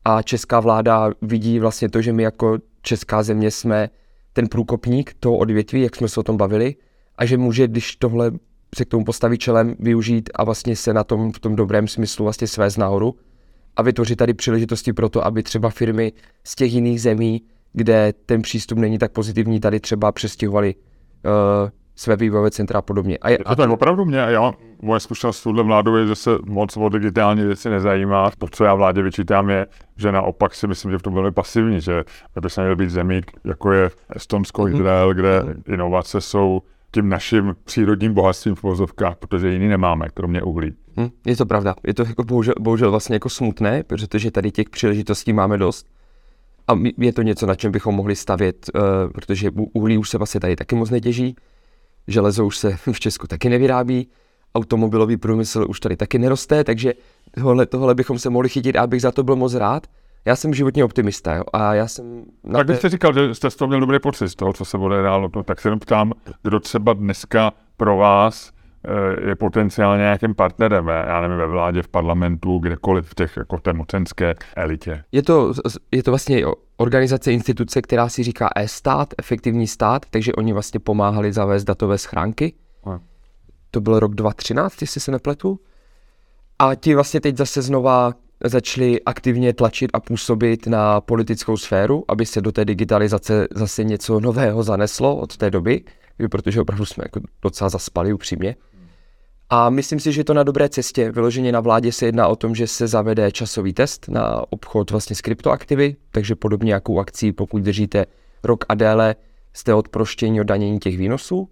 a česká vláda vidí vlastně to, že my jako česká země jsme ten průkopník toho odvětví, jak jsme se o tom bavili, a že může, když tohle se k tomu postaví čelem, využít a vlastně se na tom v tom dobrém smyslu vlastně svést nahoru a vytvořit tady příležitosti pro to, aby třeba firmy z těch jiných zemí, kde ten přístup není tak pozitivní, tady třeba přestěhovali své vývojové centra a podobně. A tak opravdu moje zkušenost s touhle vládou je, že se moc o digitální věci nezajímá. To, co já vládě vyčítám, je, že naopak si myslím, že v tom velmi pasivní, že by se měl být zemí, jako je Estonsko, Izrael, kde inovace jsou tím naším přírodním bohatstvím v uvozovkách, protože jiný nemáme, kromě uhlí. Je to pravda. Je to jako bohužel vlastně jako smutné, protože tady těch příležitostí máme dost. A je to něco, na čem bychom mohli stavět, protože uhlí už se vlastně tady taky moc netěží, železo už se v Česku taky nevyrábí, automobilový průmysl už tady taky neroste, takže tohle bychom se mohli chytit a abych za to byl moc rád. Já jsem životní optimista, jo, a já jsem... Tak když jste říkal, že jste z toho měl dobrý pocit, z toho, co se odehrálo, tak se jenom ptám, kdo třeba dneska pro vás je potenciálně nějakým partnerem, já nevím, ve vládě, v parlamentu, kdekoliv v těch, jako té mocenské elitě. Je to vlastně organizace, instituce, která si říká e-stát, efektivní stát, takže oni vlastně pomáhali zavést datové schránky. To byl rok 2013, jestli se nepletu. A ti vlastně teď zase znova začali aktivně tlačit a působit na politickou sféru, aby se do té digitalizace zase něco nového zaneslo od té doby, protože opravdu jsme jako docela zaspali upřímně. A myslím si, že je to na dobré cestě. Vyloženě na vládě se jedná o tom, že se zavede časový test na obchod vlastně s kryptoaktivy, takže podobně jako u akcí, pokud držíte rok a déle, jste odproštění od danění těch výnosů.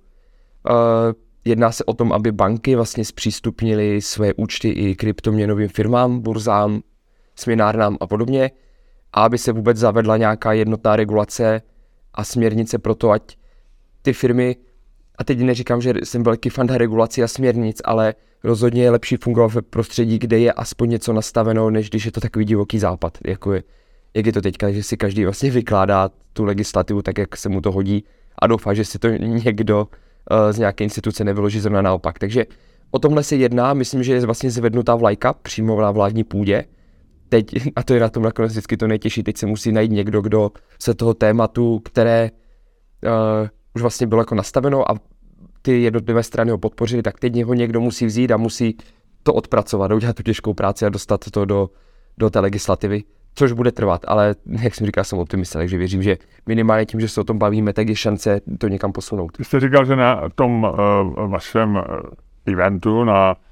Jedná se o tom, aby banky vlastně zpřístupnily své účty i kryptoměnovým firmám, burzám, směnárnám a podobně, a aby se vůbec zavedla nějaká jednotná regulace a směrnice pro to, ať ty firmy, a teď neříkám, že jsem velký fan regulací a směrnic, ale rozhodně je lepší fungovat v prostředí, kde je aspoň něco nastaveno, než když je to takový divoký západ, jak je to teďka, že si každý vlastně vykládá tu legislativu tak, jak se mu to hodí a doufá, že si to někdo z nějaké instituce nevyloží zrovna naopak. Takže o tomhle se jedná, myslím, že je vlastně zvednutá vlajka přímo na vládní půdě. Teď, a to je na tom nakonec vždycky to nejtěžší, teď se musí najít někdo, kdo se toho tématu, které už vlastně bylo jako nastaveno a ty jednotlivé strany ho podpořily, tak teď ho někdo musí vzít a musí to odpracovat, udělat tu těžkou práci a dostat to do té legislativy, což bude trvat, ale jak jsem říkal, jsem optimista, takže věřím, že minimálně tím, že se o tom bavíme, tak je šance to někam posunout. Vy jste říkal, že na tom vašem eventu,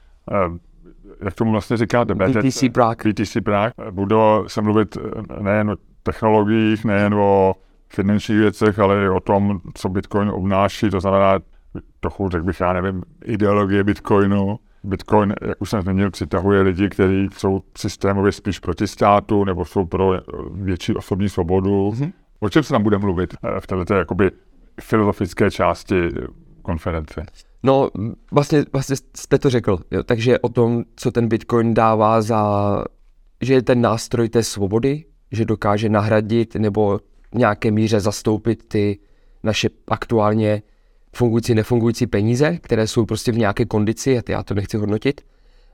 jak tomu vlastně říkáte? BTC Prague. Budou se mluvit nejen o technologiích, nejen o finančních věcech, ale i o tom, co Bitcoin obnáší, to znamená trochu, řekl bych, já nevím, ideologie Bitcoinu. Bitcoin, jak už jsem zmínil, přitahuje lidi, kteří jsou systémově spíš proti státu nebo jsou pro větší osobní svobodu. O čem se tam bude mluvit v této jakoby filozofické části konference? No, vlastně jste to řekl, jo. Takže o tom, co ten Bitcoin dává že je ten nástroj té svobody, že dokáže nahradit nebo v nějaké míře zastoupit ty naše aktuálně fungující, nefungující peníze, které jsou prostě v nějaké kondici, a já to nechci hodnotit.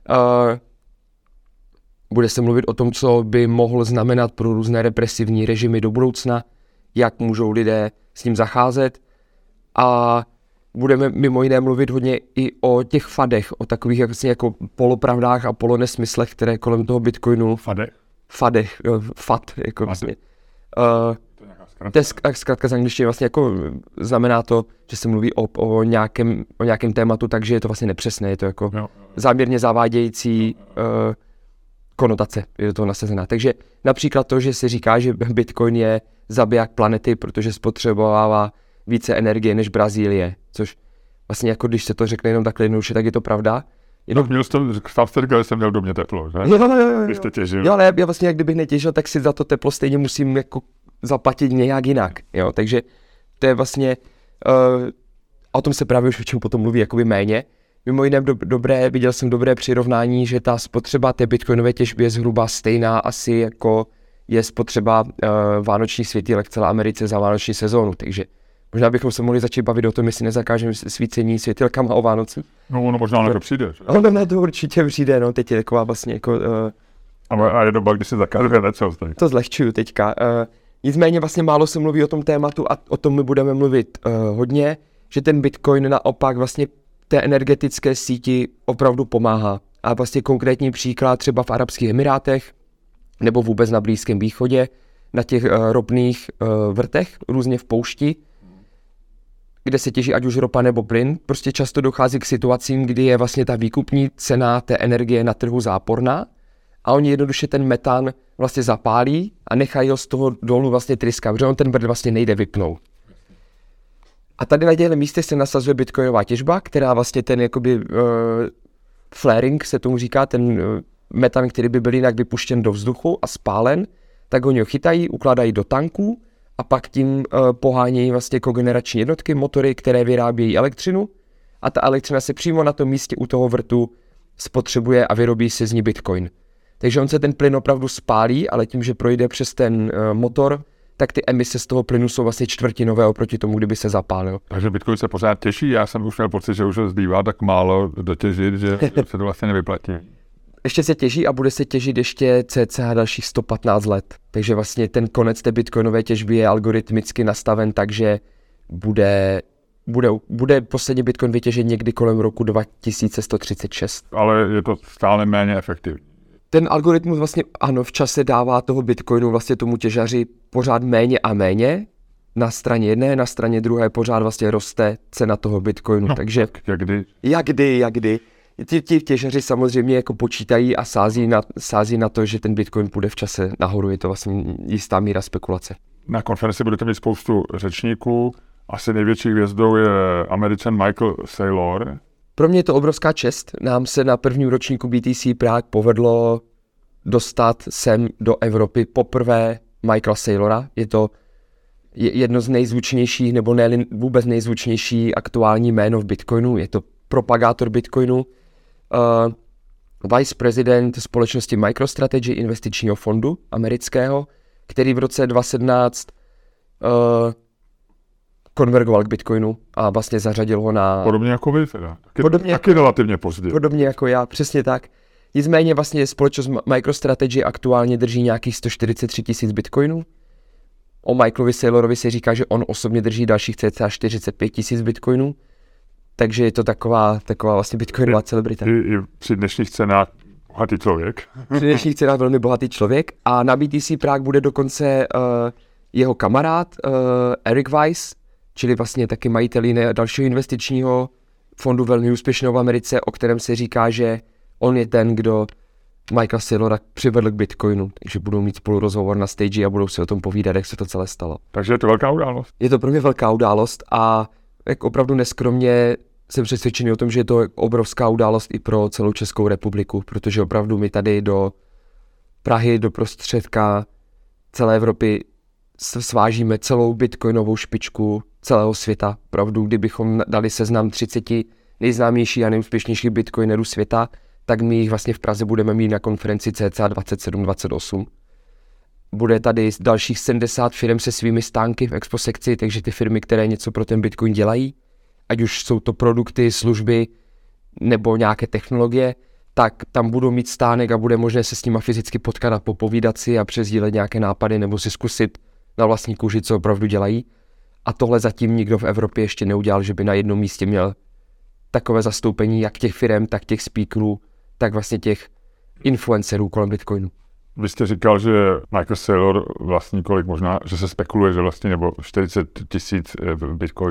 Bude se mluvit o tom, co by mohl znamenat pro různé represivní režimy do budoucna, jak můžou lidé s tím zacházet, a budeme mimo jiné mluvit hodně i o těch fadech, o takových jako polopravdách a polonesmyslech, které kolem toho Bitcoinu... Fadech, fad, jako vlastně. To je zkrátka z angličtiny, vlastně jako znamená to, že se mluví o nějakém tématu, takže je to vlastně nepřesné, je to jako záměrně zavádějící konotace, je do toho nasazená. Takže například to, že se říká, že Bitcoin je zabiják planety, protože spotřebovává více energie než Brazílie, což vlastně jako když se to řekne jenom takhle jednoduše, tak je to pravda. Měl jste říkal, že jsem měl domě teplo, že? Jo. Když jste těžil. Jo, ale já vlastně, jak kdybych netěžil, tak si za to teplo stejně musím jako zaplatit nějak jinak, jo, takže to je vlastně, o tom se právě už čím potom mluví jakoby méně. Mimo jiné viděl jsem dobré přirovnání, že ta spotřeba té bitcoinové těžby je zhruba stejná asi jako je spotřeba vánočních světýlek v celé Americe za vánoční sezónu, takže možná bychom se mohli začít bavit o tom, jestli nezakážeme svícení světýlkama o Vánoci. No, možná na to přijde. Ono na to určitě přijde, no, teď je taková vlastně jako A je doba, kdy se zakazuje něco. To zlehčuju teďka. Nicméně vlastně málo se mluví o tom tématu a o tom my budeme mluvit hodně, že ten Bitcoin naopak vlastně té energetické síti opravdu pomáhá. A vlastně konkrétní příklad třeba v Arabských Emirátech nebo vůbec na Blízkém východě, na těch ropných vrtech, různě v poušti, kde se těží ať už ropa nebo plyn, prostě často dochází k situacím, kdy je vlastně ta výkupní cena té energie na trhu záporná a oni jednoduše ten metan vlastně zapálí a nechají ho z toho dolů vlastně tryskat, protože on ten brd vlastně nejde vypnout. A tady na těchto místech se nasazuje bitcoinová těžba, která vlastně ten jakoby flaring se tomu říká, ten metan, který by byl jinak vypuštěn do vzduchu a spálen, tak oni ho chytají, ukládají do tanků a pak tím pohánějí vlastně kogenerační jednotky, motory, které vyrábějí elektřinu a ta elektřina se přímo na tom místě u toho vrtu spotřebuje a vyrobí se z ní bitcoin. Takže on se ten plyn opravdu spálí, ale tím, že projde přes ten motor, tak ty emise z toho plynu jsou vlastně čtvrtinové oproti tomu, kdyby se zapálil. Takže Bitcoin se pořád těší, já jsem už měl pocit, že už ho zbývá tak málo dotěžit, že se to vlastně nevyplatí. Ještě se těží a bude se těžit ještě cca dalších 115 let. Takže vlastně ten konec té bitcoinové těžby je algoritmicky nastaven tak, že bude poslední bitcoin vytěžen někdy kolem roku 2136. Ale je to stále méně efektivní. Ten algoritmus vlastně ano, v čase dává toho bitcoinu vlastně tomu těžaři pořád méně a méně. Na straně jedné, na straně druhé pořád vlastně roste cena toho bitcoinu. No, takže jak kdy. Ti těžaři samozřejmě jako počítají a sází na to, že ten bitcoin půjde v čase nahoru. Je to vlastně jistá míra spekulace. Na konferenci budete mít spoustu řečníků. Asi největší hvězdou je Američan Michael Saylor. Pro mě je to obrovská čest. Nám se na prvním ročníku BTC Prague povedlo dostat sem do Evropy poprvé Michaela Saylora. Je to jedno z nejzvučnějších, nebo ne vůbec nejzvučnější aktuální jméno v Bitcoinu. Je to propagátor Bitcoinu, vice prezident společnosti MicroStrategy investičního fondu amerického, který v roce 2017 konvergoval k Bitcoinu a vlastně zařadil ho na... Podobně jako vy teda. Taky relativně pozdě. Podobně jako já, přesně tak. Nicméně vlastně společnost MicroStrategy aktuálně drží nějakých 143 000 bitcoinů. O Michaelovi Saylorovi se říká, že on osobně drží dalších cca 45 000 bitcoinů. Takže je to taková vlastně bitcoinová celebrita. I při dnešních cenách bohatý člověk. Při dnešních cenách velmi bohatý člověk. A na BTC Prague bude dokonce jeho kamarád Eric Weiss, čili vlastně taky majitel dalšího investičního fondu velmi úspěšného v Americe, o kterém se říká, že on je ten, kdo Michaela Saylora přivedl k Bitcoinu. Takže budou mít spolu rozhovor na stage a budou si o tom povídat, jak se to celé stalo. Takže je to velká událost. Je to pro mě velká událost a jak opravdu neskromně jsem přesvědčený o tom, že je to obrovská událost i pro celou Českou republiku, protože opravdu my tady do Prahy, do prostředka celé Evropy svážíme celou bitcoinovou špičku celého světa. Opravdu, kdybychom dali seznam 30 nejznámějších a nejúspěšnějších bitcoinerů světa, tak my jich vlastně v Praze budeme mít na konferenci cca 27-28. Bude tady dalších 70 firm se svými stánky v expo sekci, takže ty firmy, které něco pro ten bitcoin dělají, ať už jsou to produkty, služby nebo nějaké technologie, tak tam budou mít stánek a bude možné se s nima fyzicky potkat a popovídat si a přesdílet nějaké nápady nebo si zkusit na vlastní kůži, co opravdu dělají. A tohle zatím nikdo v Evropě ještě neudělal, že by na jednom místě měl takové zastoupení jak těch firm, tak těch speakerů, tak vlastně těch influencerů kolem Bitcoinu. Vy jste říkal, že Michael Saylor vlastní kolik možná, že se spekuluje, že vlastně nebo 40 000 bitcoinů.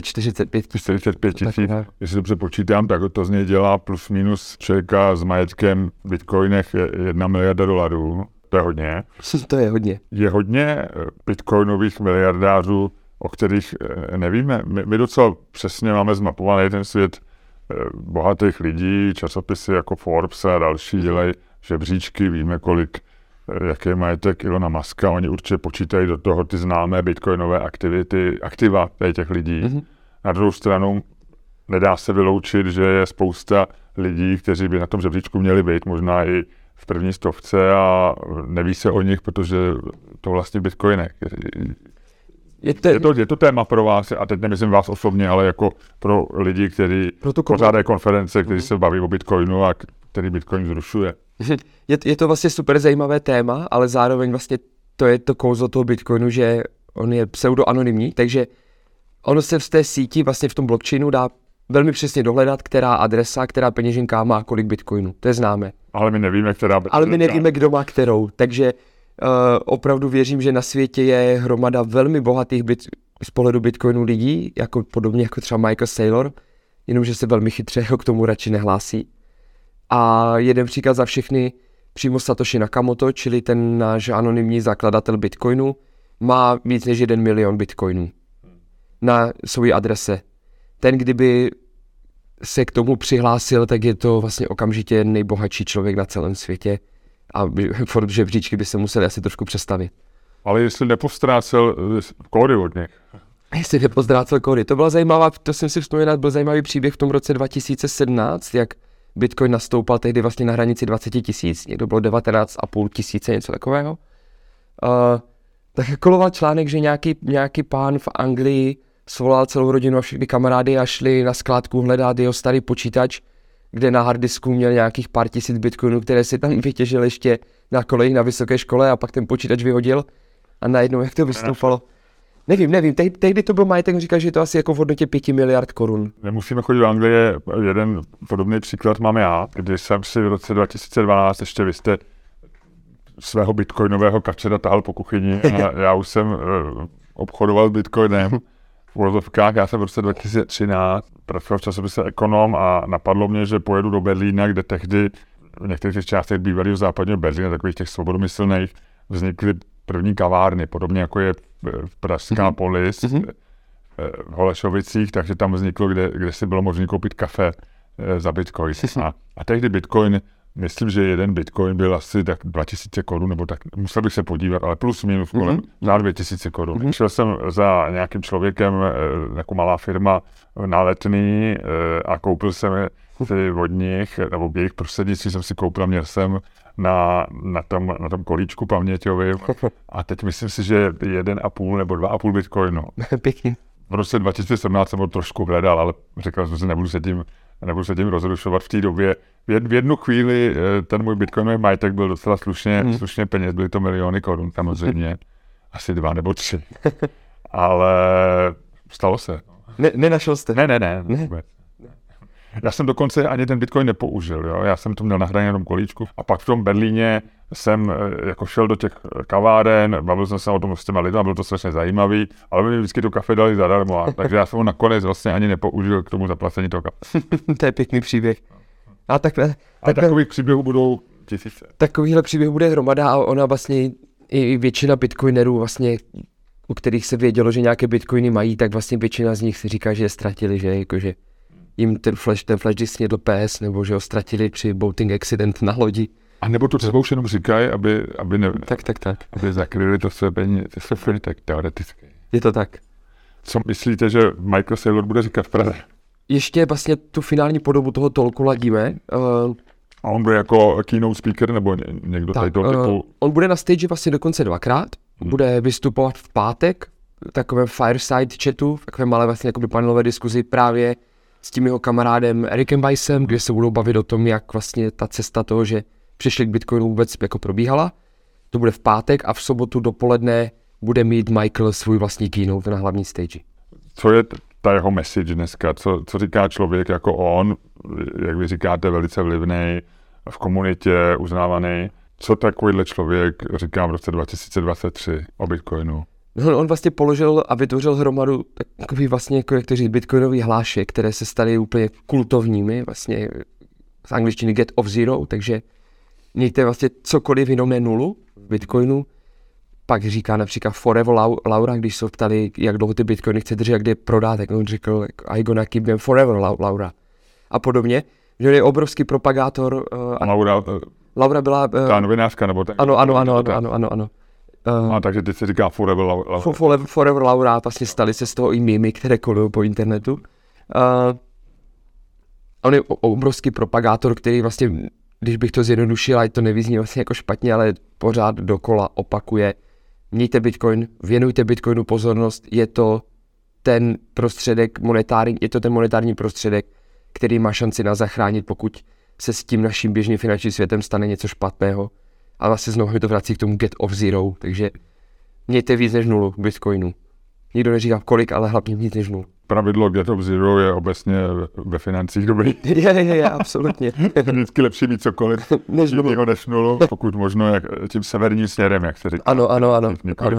45 000. Jestli dobře počítám, tak to z něj dělá plus minus člověka s majetkem v bitcoinech $1 miliarda. To je hodně. To je hodně. Je hodně bitcoinových miliardářů, o kterých nevíme. My docela přesně máme zmapovaný ten svět bohatých lidí, časopisy jako Forbes a další dělají žebříčky, víme jaký je majetek Ilona Muska, oni určitě počítají do toho ty známé bitcoinové aktiva těch lidí. Mm-hmm. Na druhou stranu nedá se vyloučit, že je spousta lidí, kteří by na tom žebříčku měli být, možná i v první 100 a neví se o nich, protože to vlastně bitcoinek. Je to téma pro vás, a teď nemyslím vás osobně, ale jako pro lidi, kteří pořádají konference, kteří se baví o bitcoinu a který bitcoin zrušuje. Je to vlastně super zajímavé téma, ale zároveň vlastně to je to kouzlo toho Bitcoinu, že on je pseudoanonymní, takže ono se v té síti, vlastně v tom blockchainu dá velmi přesně dohledat, která adresa, která peněženka má kolik Bitcoinu. To je známe. Ale my nevíme, kdo má kterou. Takže opravdu věřím, že na světě je hromada velmi bohatých z pohledu Bitcoinu lidí, jako podobně jako třeba Michael Saylor, jenomže se velmi chytře k tomu radši nehlásí. A jeden příklad za všechny, přímo Satoshi Nakamoto, čili ten náš anonymní zakladatel Bitcoinu, má víc než 1 milion Bitcoinů na své adrese. Ten, kdyby se k tomu přihlásil, tak je to vlastně okamžitě nejbohatší člověk na celém světě a Forbes žebříčky by se museli asi trošku přestavit. Ale jestli nepostrácel kódy od nich. Jestli nepostrácel kódy. To byla zajímavá, to jsem si vzpomněl, byl zajímavý příběh v tom roce 2017, jak Bitcoin nastoupal tehdy vlastně na hranici 20 000, někdo bylo 19,5 tisíce, něco takového. Tak koloval článek, že nějaký pán v Anglii svolal celou rodinu a všechny kamarády a šli na skládku hledat jeho starý počítač, kde na harddisku měl nějakých pár tisíc bitcoinů, které si tam vytěžil ještě na kolejích na vysoké škole a pak ten počítač vyhodil a najednou jak to vystoupalo. Nevím, tehdy to byl majetek, říkal, že je to asi jako v hodnotě 5 miliard korun. Nemusíme chodit do Anglie, jeden podobný příklad mám já, když jsem si v roce 2012 ještě vy jste svého bitcoinového kačera tahal po kuchyni a já už jsem obchodoval s bitcoinem. V uvozovkách, já jsem v roce 2013 pracoval v časopise Ekonom a napadlo mě, že pojedu do Berlína, kde tehdy v některých těch částech bývalého západního Berlína, takových těch svobodomyslných, vznikly první kavárny, podobně jako je pražská Polis v Holešovicích, takže tam vzniklo, kde si bylo možné koupit kafe za bitcoin. A tehdy bitcoin, myslím, že jeden bitcoin byl asi tak 2000 korun, nebo tak, musel bych se podívat, ale plus minus kolem za 2000 korun. Šel jsem za nějakým člověkem, jako malá firma na Letný a koupil jsem si od nich, nebo v jejich prostřednictví jsem si koupil a měl jsem na tom kolíčku paměťovým a teď myslím si, že 1,5 nebo 2,5 bitcoinu. Pěkně. V roce 2017 jsem ho trošku hledal, ale řekl jsem si, nebudu se tím rozrušovat v té době. V jednu chvíli ten můj bitcoinový majetek byl docela slušně peněz, byly to miliony korun samozřejmě, asi 2 nebo 3, ale stalo se. Nenašel jste? Ne. Vůbec. Já jsem dokonce ani ten bitcoin nepoužil, jo? Já jsem to měl nahraněnou kolíčku a pak v tom Berlíně jsem jako šel do těch kaváren, bavil jsem se o tom s těma lidmi, bylo to strašně zajímavý, ale mi vždycky to kafe dali zadarmo, takže já jsem ho nakonec vlastně ani nepoužil k tomu zaplacení toho kafe. To je pěkný příběh. A takových příběhů budou tisíce. Takovýhle příběh bude hromada a ona vlastně i většina bitcoinerů vlastně, u kterých se vědělo, že nějaké bitcoiny mají, tak vlastně většina z nich si říká, že je ztratili, že jakože jim ten flash disk snědl PS, nebo že ho ztratili při boating accident na lodi. A nebo to třeba už jenom říkají, aby Tak. Aby zakryli to své peníze, tak teoreticky. Je to tak. Co myslíte, že Michael Saylor bude říkat v Praze? Ještě vlastně tu finální podobu toho talku ladíme. A on bude jako keynote speaker, nebo někdo tady toho typu? On bude na stage vlastně dokonce 2krát. Bude vystupovat v pátek, v takovém fireside chatu, v takovém malé vlastně jakoby panelové diskuzi právě s tím jeho kamarádem Erikem Weissem, kde se budou bavit o tom, jak vlastně ta cesta toho, že přišli k Bitcoinu vůbec jako probíhala. To bude v pátek a v sobotu dopoledne bude mít Michael svůj vlastní keynote na hlavní stage. Co je ta jeho message dneska? Co říká člověk jako on, jak vy říkáte, velice vlivný, v komunitě uznávaný? Co takovýhle člověk říká v roce 2023 o Bitcoinu? No, on vlastně položil a vytvořil hromadu takový vlastně, jako jak to říct, bitcoinový hlášek, které se staly úplně kultovními, vlastně z angličtiny get off zero, takže mějte vlastně cokoliv jenom ne nulu v Bitcoinu. Pak říká například Forever Laura, když se ptali, jak dlouho ty Bitcoiny chce držet a kde prodá, tak on řekl I gonna keep them forever, Laura. A podobně, že je obrovský propagátor. Laura byla... ta novinářka, nebo tak? Ano. Takže teď se říká Forever Laura. Forever Laura, vlastně staly se z toho i mimy, které kolují po internetu. On je obrovský propagátor, který vlastně, když bych to zjednodušil, a to nevyzní vlastně jako špatně, ale pořád dokola opakuje. Mějte Bitcoin, věnujte Bitcoinu pozornost, je to ten prostředek monetární, je to ten monetární prostředek, který má šanci nás zachránit, pokud se s tím naším běžným finančním světem stane něco špatného. A vlastně znovu mi to vrací k tomu get of zero, takže mějte víc než nulu Bitcoinu. Nikdo neříká kolik, ale hlavně víc než nulu. Pravidlo get of zero je obecně ve financích dobrý. Je, absolutně. Vždycky lepší mít cokoliv než nulu, pokud možno tím severním směrem, jak se říká. Ano.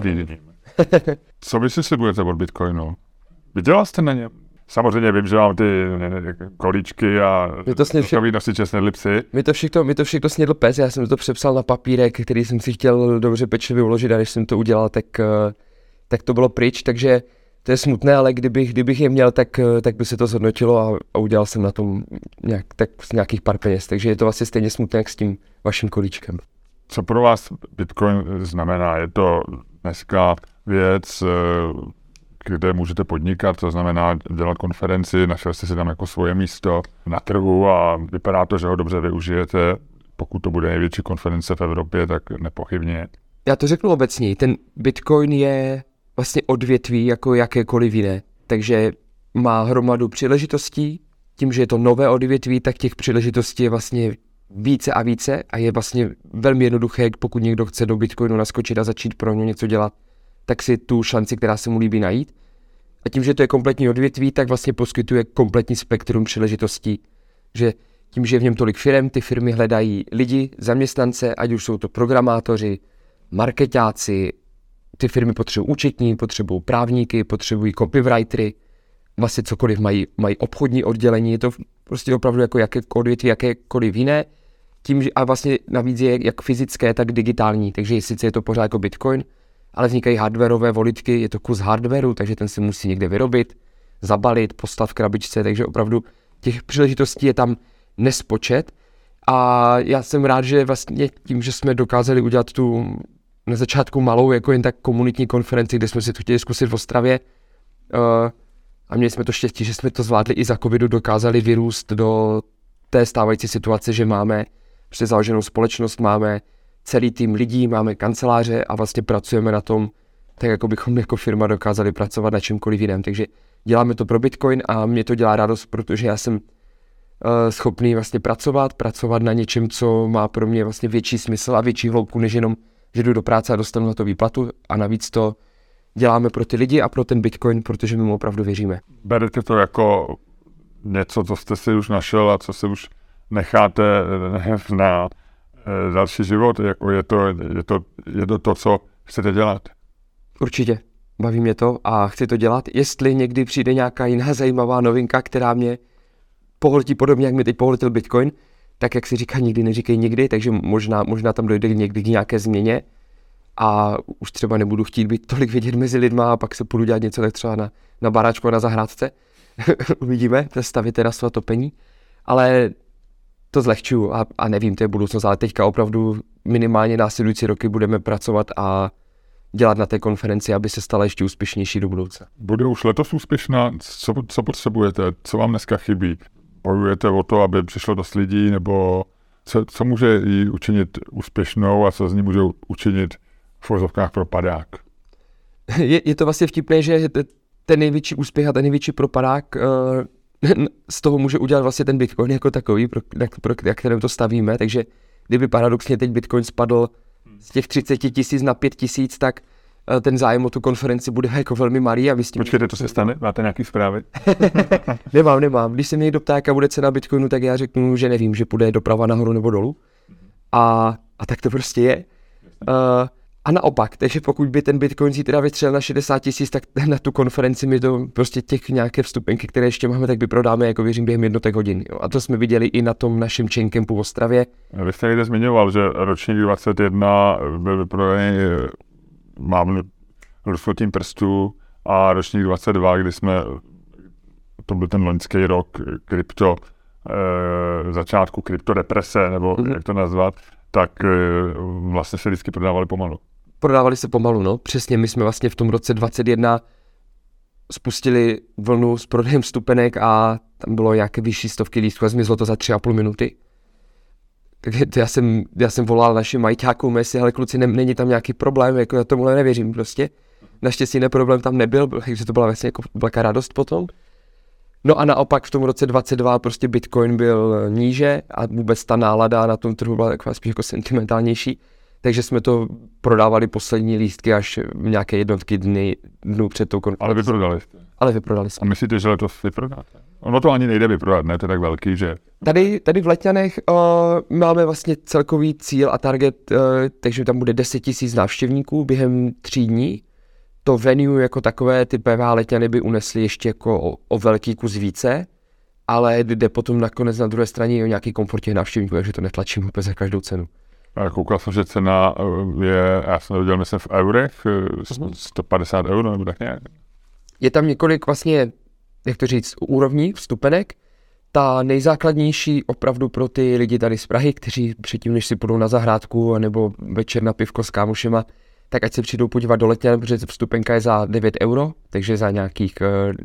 Co vy si slibujete od Bitcoinu? Viděla jste na něm? Samozřejmě vím, že mám ty kolíčky a takový nosiče snědli psy. Mi to všechno snědl pes, já jsem to přepsal na papírek, který jsem si chtěl dobře pečlivě uložit a když jsem to udělal, tak to bylo pryč, takže to je smutné, ale kdybych je měl, tak by se to zhodnotilo a udělal jsem na tom nějakých pár peněz, takže je to vlastně stejně smutné jak s tím vaším kolíčkem. Co pro vás Bitcoin znamená? Je to dneska věc, kde můžete podnikat, to znamená dělat konferenci, našel jste si tam jako svoje místo na trhu a vypadá to, že ho dobře využijete. Pokud to bude největší konference v Evropě, tak nepochybně. Já to řeknu obecně, ten Bitcoin je vlastně odvětví jako jakékoliv jiné, takže má hromadu příležitostí, tím, že je to nové odvětví, tak těch příležitostí je vlastně více a více a je vlastně velmi jednoduché, pokud někdo chce do Bitcoinu naskočit a začít pro ně něco dělat, tak si tu šanci, která se mu líbí, najít. A tím, že to je kompletní odvětví, tak vlastně poskytuje kompletní spektrum příležitostí. Že tím, že je v něm tolik firem, ty firmy hledají lidi, zaměstnance, ať už jsou to programátoři, marketáci, ty firmy potřebují účetní, potřebují právníky, potřebují copywritery, vlastně cokoliv mají obchodní oddělení, je to prostě opravdu jako odvětví, jakékoliv jiné. Tím, a vlastně navíc je jak fyzické, tak digitální, takže sice je to pořád jako Bitcoin, ale vznikají hardwareové volitky, je to kus hardwareu, takže ten se musí někde vyrobit, zabalit, poslat v krabičce, takže opravdu těch příležitostí je tam nespočet. A já jsem rád, že vlastně tím, že jsme dokázali udělat tu na začátku malou, jako jen tak komunitní konferenci, kde jsme si to chtěli zkusit v Ostravě, a měli jsme to štěstí, že jsme to zvládli i za covidu, dokázali vyrůst do té stávající situace, že máme prostě založenou společnost, máme celý tým lidí, máme kanceláře a vlastně pracujeme na tom, tak jako bychom jako firma dokázali pracovat na čemkoliv jiném. Takže děláme to pro Bitcoin a mě to dělá radost, protože já jsem schopný vlastně pracovat na něčem, co má pro mě vlastně větší smysl a větší hloubku, než jenom, že jdu do práce a dostanu na to výplatu a navíc to děláme pro ty lidi a pro ten Bitcoin, protože my mu opravdu věříme. Berete to jako něco, co jste si už našel a co si už necháte na další život? Jako je to, co chcete dělat? Určitě. Baví mě to a chci to dělat. Jestli někdy přijde nějaká jiná zajímavá novinka, která mě pohltí podobně, jak mi teď pohltil Bitcoin, tak jak si říká, nikdy neříkej nikdy, takže možná tam dojde někdy k nějaké změně a už třeba nebudu chtít být tolik vidět mezi lidma a pak se půjdu dělat něco tak třeba na baráčku a na zahrádce. Uvidíme, stavit terrasu a topení, ale to zlehčuju a nevím, to je budoucnost, ale teďka opravdu minimálně následující roky budeme pracovat a dělat na té konferenci, aby se stala ještě úspěšnější do budoucna. Bude už letos úspěšná? Co potřebujete? Co vám dneska chybí? Bojujete o to, aby přišlo dost lidí, nebo co může ji učinit úspěšnou a co z ní může učinit v uvozovkách propadák? Je to vlastně vtipné, že ten největší úspěch a ten největší propadák z toho může udělat vlastně ten Bitcoin jako takový, pro kterém to stavíme, takže kdyby paradoxně teď Bitcoin spadl z těch 30 000 na 5 000, tak ten zájem o tu konferenci bude jako velmi malý a vy s tím... Počkejte, to se stane? Máte nějaký zprávy? Nemám. Když se mě někdo ptá, jaká bude cena Bitcoinu, tak já řeknu, že nevím, že půjde doprava nahoru nebo dolů. A tak to prostě je. A naopak, takže pokud by ten Bitcoin zítra vystřelil na 60 000, tak na tu konferenci my to prostě těch nějaké vstupenky, které ještě máme, tak vyprodáme, jako věřím, během jednotek hodin. Jo. A to jsme viděli i na tom našem chain campu v Ostravě. Vy jste někde zmiňoval, že ročník 21 byl vyprodaný, mám rozfotím prstů, a ročník 22, kdy to byl ten loňský rok začátku kryptodeprese, nebo jak to nazvat, tak vlastně se vždycky prodávali pomalu. Prodávali se pomalu, no. Přesně, my jsme vlastně v tom roce 21 spustili vlnu s prodejem vstupenek a tam bylo nějaké vyšší stovky lístků a zmizlo to za 3,5 minuty. Takže já jsem volal našim majťákům, jestli, ale kluci, není tam nějaký problém, jako já tomuhle nevěřím prostě. Naštěstí problém tam nebyl, takže to byla vlastně jako velká radost potom. No a naopak v tom roce 22 prostě Bitcoin byl níže a vůbec ta nálada na tom trhu byla taková spíš jako sentimentálnější, takže jsme to prodávali poslední lístky až nějaké jednotky dnů před tou konferencí. Ale vyprodali jste. Ale vyprodali jsme. A myslíte, že letos vyprodáte? Ono to ani nejde vyprodat, ne? To je tak velký, že... Tady v Letňanech máme vlastně celkový cíl a target, takže tam bude 10 000 návštěvníků během 3 dní. To venue jako takové, ty PVH Letňany by unesly ještě jako o velký kus více, ale jde potom nakonec na druhé straně o nějaký komfort těch návštěvníků, takže to netlačím úplně za každou cenu. A koukal jsem, že cena je, já jsem to viděl, myslím v eurech, 150 euro nebo tak nějak. Je tam několik vlastně, jak to říct, úrovní, vstupenek. Ta nejzákladnější opravdu pro ty lidi tady z Prahy, kteří předtím, než si půjdou na zahrádku nebo večer na pivko s kámošema, tak ať se přijdou podívat do Letňan, protože vstupenka je za 9 euro, takže za nějakých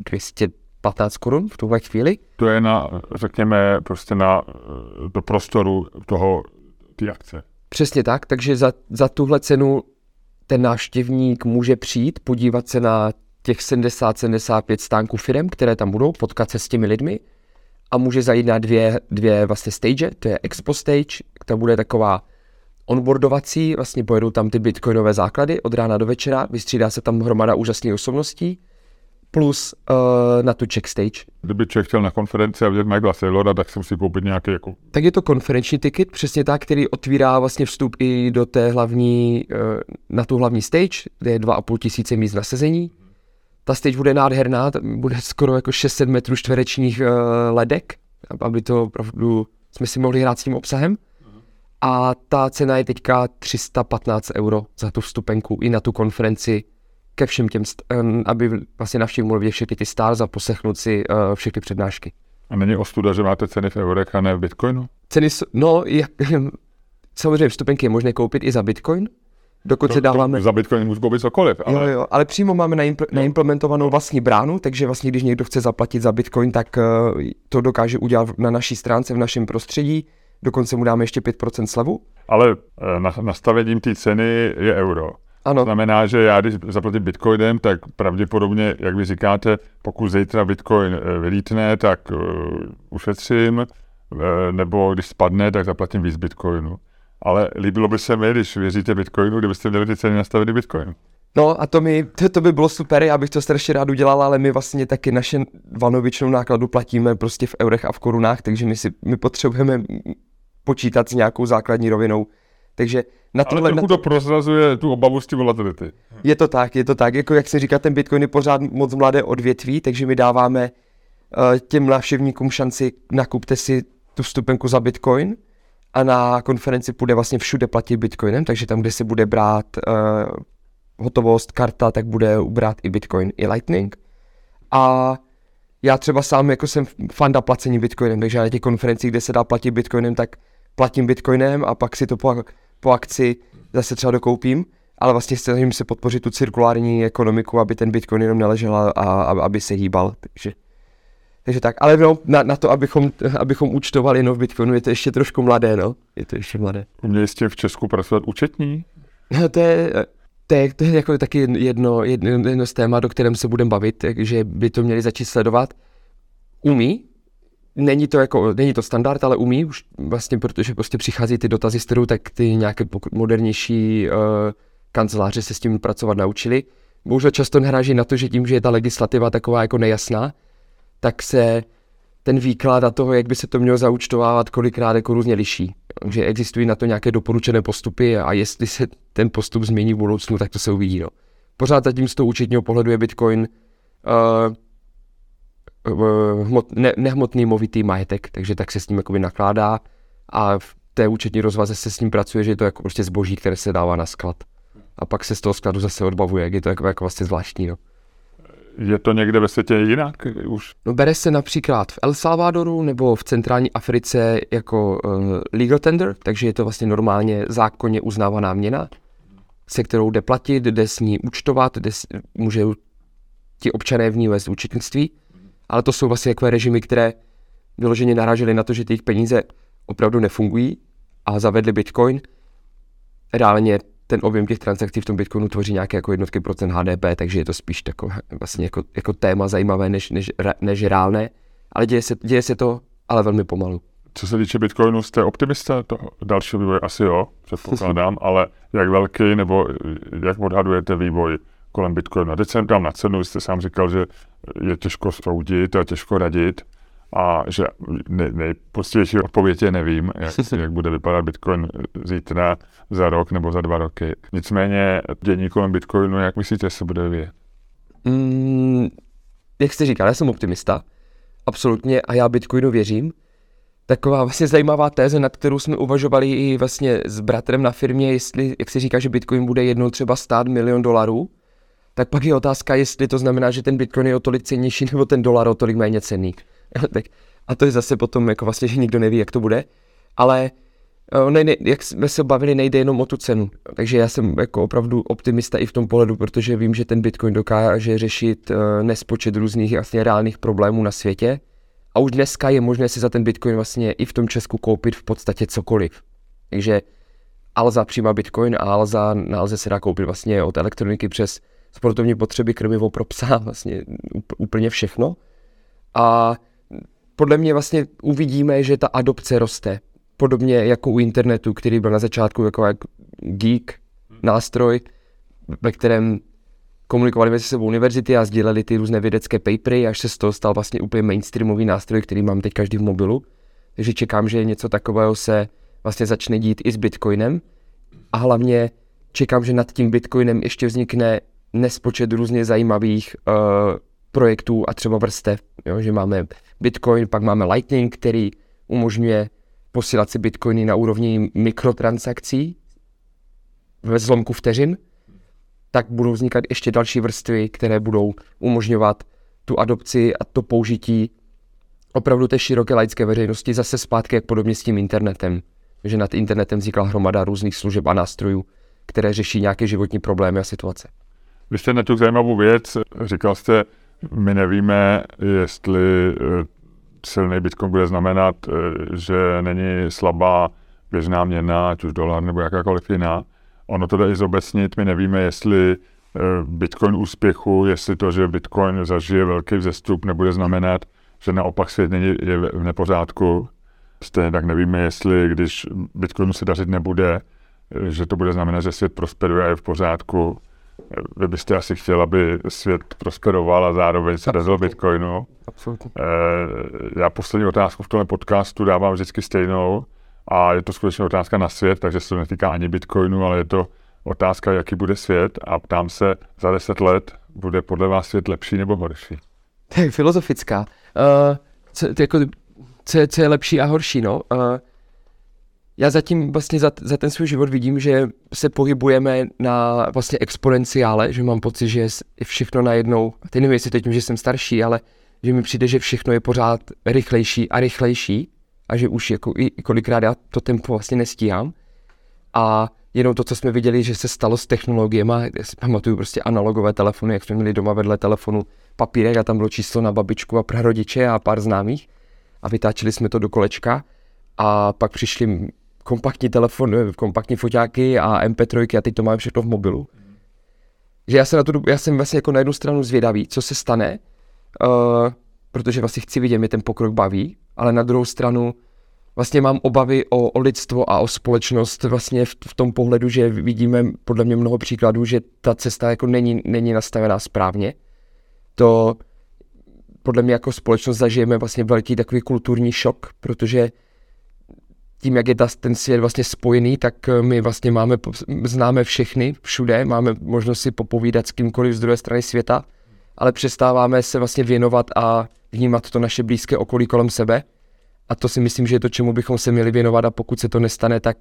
215 korun v tuhle chvíli. To je na, řekněme, prostě do prostoru té akce. Přesně tak, takže za tuhle cenu ten návštěvník může přijít, podívat se na těch 70-75 stánků firem, které tam budou, potkat se s těmi lidmi a může zajít na dvě vlastně stage, to je Expo Stage, která bude taková onboardovací, vlastně pojedou tam ty bitcoinové základy od rána do večera, vystřídá se tam hromada úžasných osobností, plus na tu check stage. Kdyby člověk chtěl na konferenci a vidět Michaela Saylora, tak si musí koupit nějaký jako... Tak je to konferenční ticket, přesně tak, který otvírá vlastně vstup i do té hlavní, na tu hlavní stage, kde je 2500 míst na sezení. Ta stage bude nádherná, bude skoro jako 600 metrů čtverečních ledek, aby to opravdu jsme si mohli hrát s tím obsahem. A ta cena je teďka 315 euro za tu vstupenku i na tu konferenci ke všem těm, aby vlastně navštívil mohl vidět všechny ty stars a poslechnout si všechny přednášky. A není ostuda, že máte ceny v eurech a ne v bitcoinu? Ceny, samozřejmě vstupenky je možné koupit i za bitcoin, dokud se dáváme... Za bitcoin můžu koupit cokoliv, ale... Jo, ale přímo máme naimplementovanou vlastní bránu, takže vlastně když někdo chce zaplatit za bitcoin, tak to dokáže udělat na naší stránce, v našem prostředí, dokonce mu dáme ještě 5% slevu. Ale nastavením té ceny je euro. Ano. To znamená, že já když zaplatím bitcoinem, tak pravděpodobně, jak vy říkáte, pokud zítra bitcoin vylítne, tak ušetřím, nebo když spadne, tak zaplatím víc bitcoinu. Ale líbilo by se mi, když věříte bitcoinu, kdybyste měli ty ceny nastaveny bitcoinu. No a to by bylo super, já bych to strašně rád udělal, ale my vlastně taky naše vanovičnou nákladu platíme prostě v eurech a v korunách, takže my potřebujeme počítat s nějakou základní rovinou. Takže na tohle... Ale to prozrazuje tu obavu z té volatility. Je to tak. Jako jak se říká, ten Bitcoin je pořád moc mladé odvětví, takže my dáváme těm návštěvníkům šanci, nakupte si tu vstupenku za Bitcoin a na konferenci půjde vlastně všude platit Bitcoinem, takže tam, kde se bude brát hotovost, karta, tak bude brát i Bitcoin, i Lightning. A já třeba sám jako jsem fanda placení Bitcoinem, takže na těch konferencích, kde se dá platit Bitcoinem, tak platím Bitcoinem a pak si to po akci zase třeba dokoupím, ale vlastně snažím se podpořit tu cirkulární ekonomiku, aby ten Bitcoin jenom neležel a aby se hýbal. Takže tak, ale no, na to, abychom účtovali v Bitcoinu, je to ještě trošku mladé, no. Je to ještě mladé. Uměli jste v Česku pracovat účetní? To je jako taky jedno z témat, o kterém se budeme bavit, že by to měli začít sledovat. Umí, není to standard, ale umí už vlastně, protože prostě přichází ty dotazy z trhu, tak ty nějaké modernější kanceláře se s tím pracovat naučili. Bohužel často naráží na to, že tím, že je ta legislativa taková jako nejasná, tak se ten výklad a toho, jak by se to mělo zaúčtovávat, kolikrát jako různě liší. Takže existují na to nějaké doporučené postupy a jestli se ten postup změní v budoucnu, tak to se uvidí. No. Pořád zatím z toho účetního pohledu je Bitcoin nehmotný movitý majetek, takže tak se s ním jakoby nakládá a v té účetní rozvaze se s ním pracuje, že je to jako prostě zboží, které se dává na sklad. A pak se z toho skladu zase odbavuje, je to jako vlastně zvláštní. No. Je to někde ve světě jinak už? No, bere se například v El Salvadoru nebo v centrální Africe jako legal tender, takže je to vlastně normálně zákonně uznávaná měna, se kterou jde platit, jde s ní účtovat, může ti občané v ní vést účetnictví, ale to jsou vlastně takové režimy, které vyloženě narážely na to, že ty jejich peníze opravdu nefungují a zavedli Bitcoin. Reálně ten objem těch transakcí v tom Bitcoinu tvoří nějaké jako jednotky procent HDP, takže je to spíš takové vlastně jako téma zajímavé než reálné. ale děje se to, ale velmi pomalu. Co se týče Bitcoinu, jste optimista toho dalšího vývoje? Asi jo, předpokládám, ale jak velký nebo jak odhadujete vývoj kolem Bitcoinu? Teď jsem tam na cenu, jste sám říkal, že je těžko soudit a těžko radit a že nejpoctivější odpověď je nevím, jak bude vypadat Bitcoin zítra, za rok nebo za 2 roky. Nicméně dění kolem Bitcoinu, jak myslíte, se bude vyvíjet? Jak jste říkal, já jsem optimista, absolutně, a já Bitcoinu věřím. Taková vlastně zajímavá téze, nad kterou jsme uvažovali i vlastně s bratrem na firmě, jestli, jak se říká, že Bitcoin bude jednou třeba stát $1 milion, tak pak je otázka, jestli to znamená, že ten Bitcoin je o tolik cennější, nebo ten dolar o tolik méně cenný. A to je zase potom jako vlastně, že nikdo neví, jak to bude. Ale jak jsme se bavili, nejde jenom o tu cenu. Takže já jsem jako opravdu optimista i v tom pohledu, protože vím, že ten Bitcoin dokáže řešit nespočet různých vlastně reálných problémů na světě. A už dneska je možné si za ten Bitcoin vlastně i v tom Česku koupit v podstatě cokoliv. Takže Alza přijímá Bitcoin a na Alze se dá koupit vlastně od elektroniky přes sportovní potřeby, krmivo pro psa, vlastně úplně všechno. A podle mě vlastně uvidíme, že ta adopce roste. Podobně jako u internetu, který byl na začátku jako geek nástroj, ve kterém komunikovali mezi sebou univerzity a sdíleli ty různé vědecké papery, až se z toho stal vlastně úplně mainstreamový nástroj, který mám teď každý v mobilu. Takže čekám, že něco takového se vlastně začne dít i s Bitcoinem. A hlavně čekám, že nad tím Bitcoinem ještě vznikne nespočet různě zajímavých projektů a třeba vrstev. Jo? Že máme Bitcoin, pak máme Lightning, který umožňuje posílat si Bitcoiny na úrovni mikrotransakcí ve zlomku vteřin. Tak budou vznikat ještě další vrstvy, které budou umožňovat tu adopci a to použití opravdu té široké laické veřejnosti zase zpátky, jak podobně s tím internetem. Že nad internetem vznikla hromada různých služeb a nástrojů, které řeší nějaké životní problémy a situace. Vy jste na tu zajímavou věc, říkal jste, my nevíme, jestli silný Bitcoin bude znamenat, že není slabá běžná měna, ať už dolar nebo jakákoliv jiná. Ono to jde i zobecnit, my nevíme, jestli Bitcoin úspěchu, jestli to, že Bitcoin zažije velký vzestup, nebude znamenat, že naopak svět je v nepořádku. Stejně tak nevíme, jestli když Bitcoinu se dařit nebude, že to bude znamenat, že svět prosperuje a je v pořádku. Vy byste asi chtěl, aby svět prosperoval a zároveň se dařilo Bitcoinu. Absolutně. Já poslední otázku v tomhle podcastu dávám vždycky stejnou. A je to skutečně otázka na svět, takže se to netýká ani Bitcoinu, ale je to otázka, jaký bude svět. A ptám se, za 10 let bude podle vás svět lepší nebo horší? To je filozofická. Co je lepší a horší, no? Já zatím vlastně za ten svůj život vidím, že se pohybujeme na vlastně exponenciále, že mám pocit, že je všechno najednou, teď nevím, jestli tím, že jsem starší, ale že mi přijde, že všechno je pořád rychlejší a rychlejší. A že už jako i kolikrát já to tempo vlastně nestíhám. A jenom to, co jsme viděli, že se stalo s technologiemi, já si pamatuju prostě analogové telefony, jak jsme měli doma vedle telefonu papírek a tam bylo číslo na babičku a prarodiče a pár známých a vytáčeli jsme to do kolečka a pak přišli kompaktní telefon, kompaktní foťáky a MP3 a teď to máme všechno v mobilu. Že já jsem vlastně jako na jednu stranu zvědavý, co se stane, protože vlastně chci vidět, mě ten pokrok baví, ale na druhou stranu vlastně mám obavy o lidstvo a o společnost vlastně v tom pohledu, že vidíme podle mě mnoho příkladů, že ta cesta jako není nastavená správně. To podle mě jako společnost zažijeme vlastně velký takový kulturní šok, protože tím, jak je ten svět vlastně spojený, tak my vlastně známe všechny všude, máme možnost si popovídat s kýmkoliv z druhé strany světa, ale přestáváme se vlastně věnovat a vnímat to naše blízké okolí kolem sebe. A to si myslím, že je to, čemu bychom se měli věnovat a pokud se to nestane, tak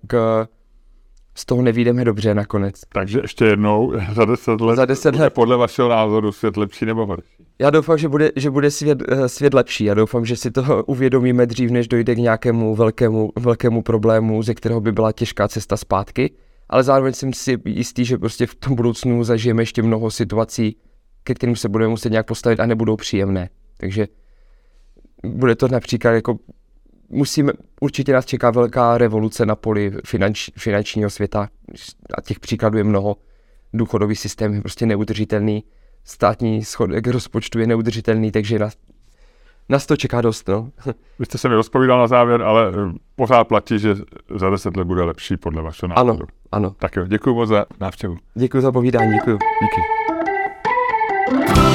z toho nevyjdeme dobře nakonec. Takže ještě jednou, za 10 let podle vašeho názoru svět lepší nebo horší? Já doufám, že bude svět lepší. Já doufám, že si to uvědomíme dřív, než dojde k nějakému velkému problému, ze kterého by byla těžká cesta zpátky. Ale zároveň jsem si jistý, že prostě v tom budoucnu zažijeme ještě mnoho situací, ke kterým se budeme muset nějak postavit a nebudou příjemné. Takže bude to například jako určitě nás čeká velká revoluce na poli finančního světa a těch příkladů je mnoho. Důchodový systém je prostě neudržitelný, státní schodek rozpočtu je neudržitelný, takže Nás to čeká dost, no. Vy jste se mi rozpovídal na závěr, ale pořád platí, že za 10 let bude lepší podle vašeho názoru. Ano. Tak jo, děkuji moc za návštěvu. Děkuji za povídání, děkuji. Díky.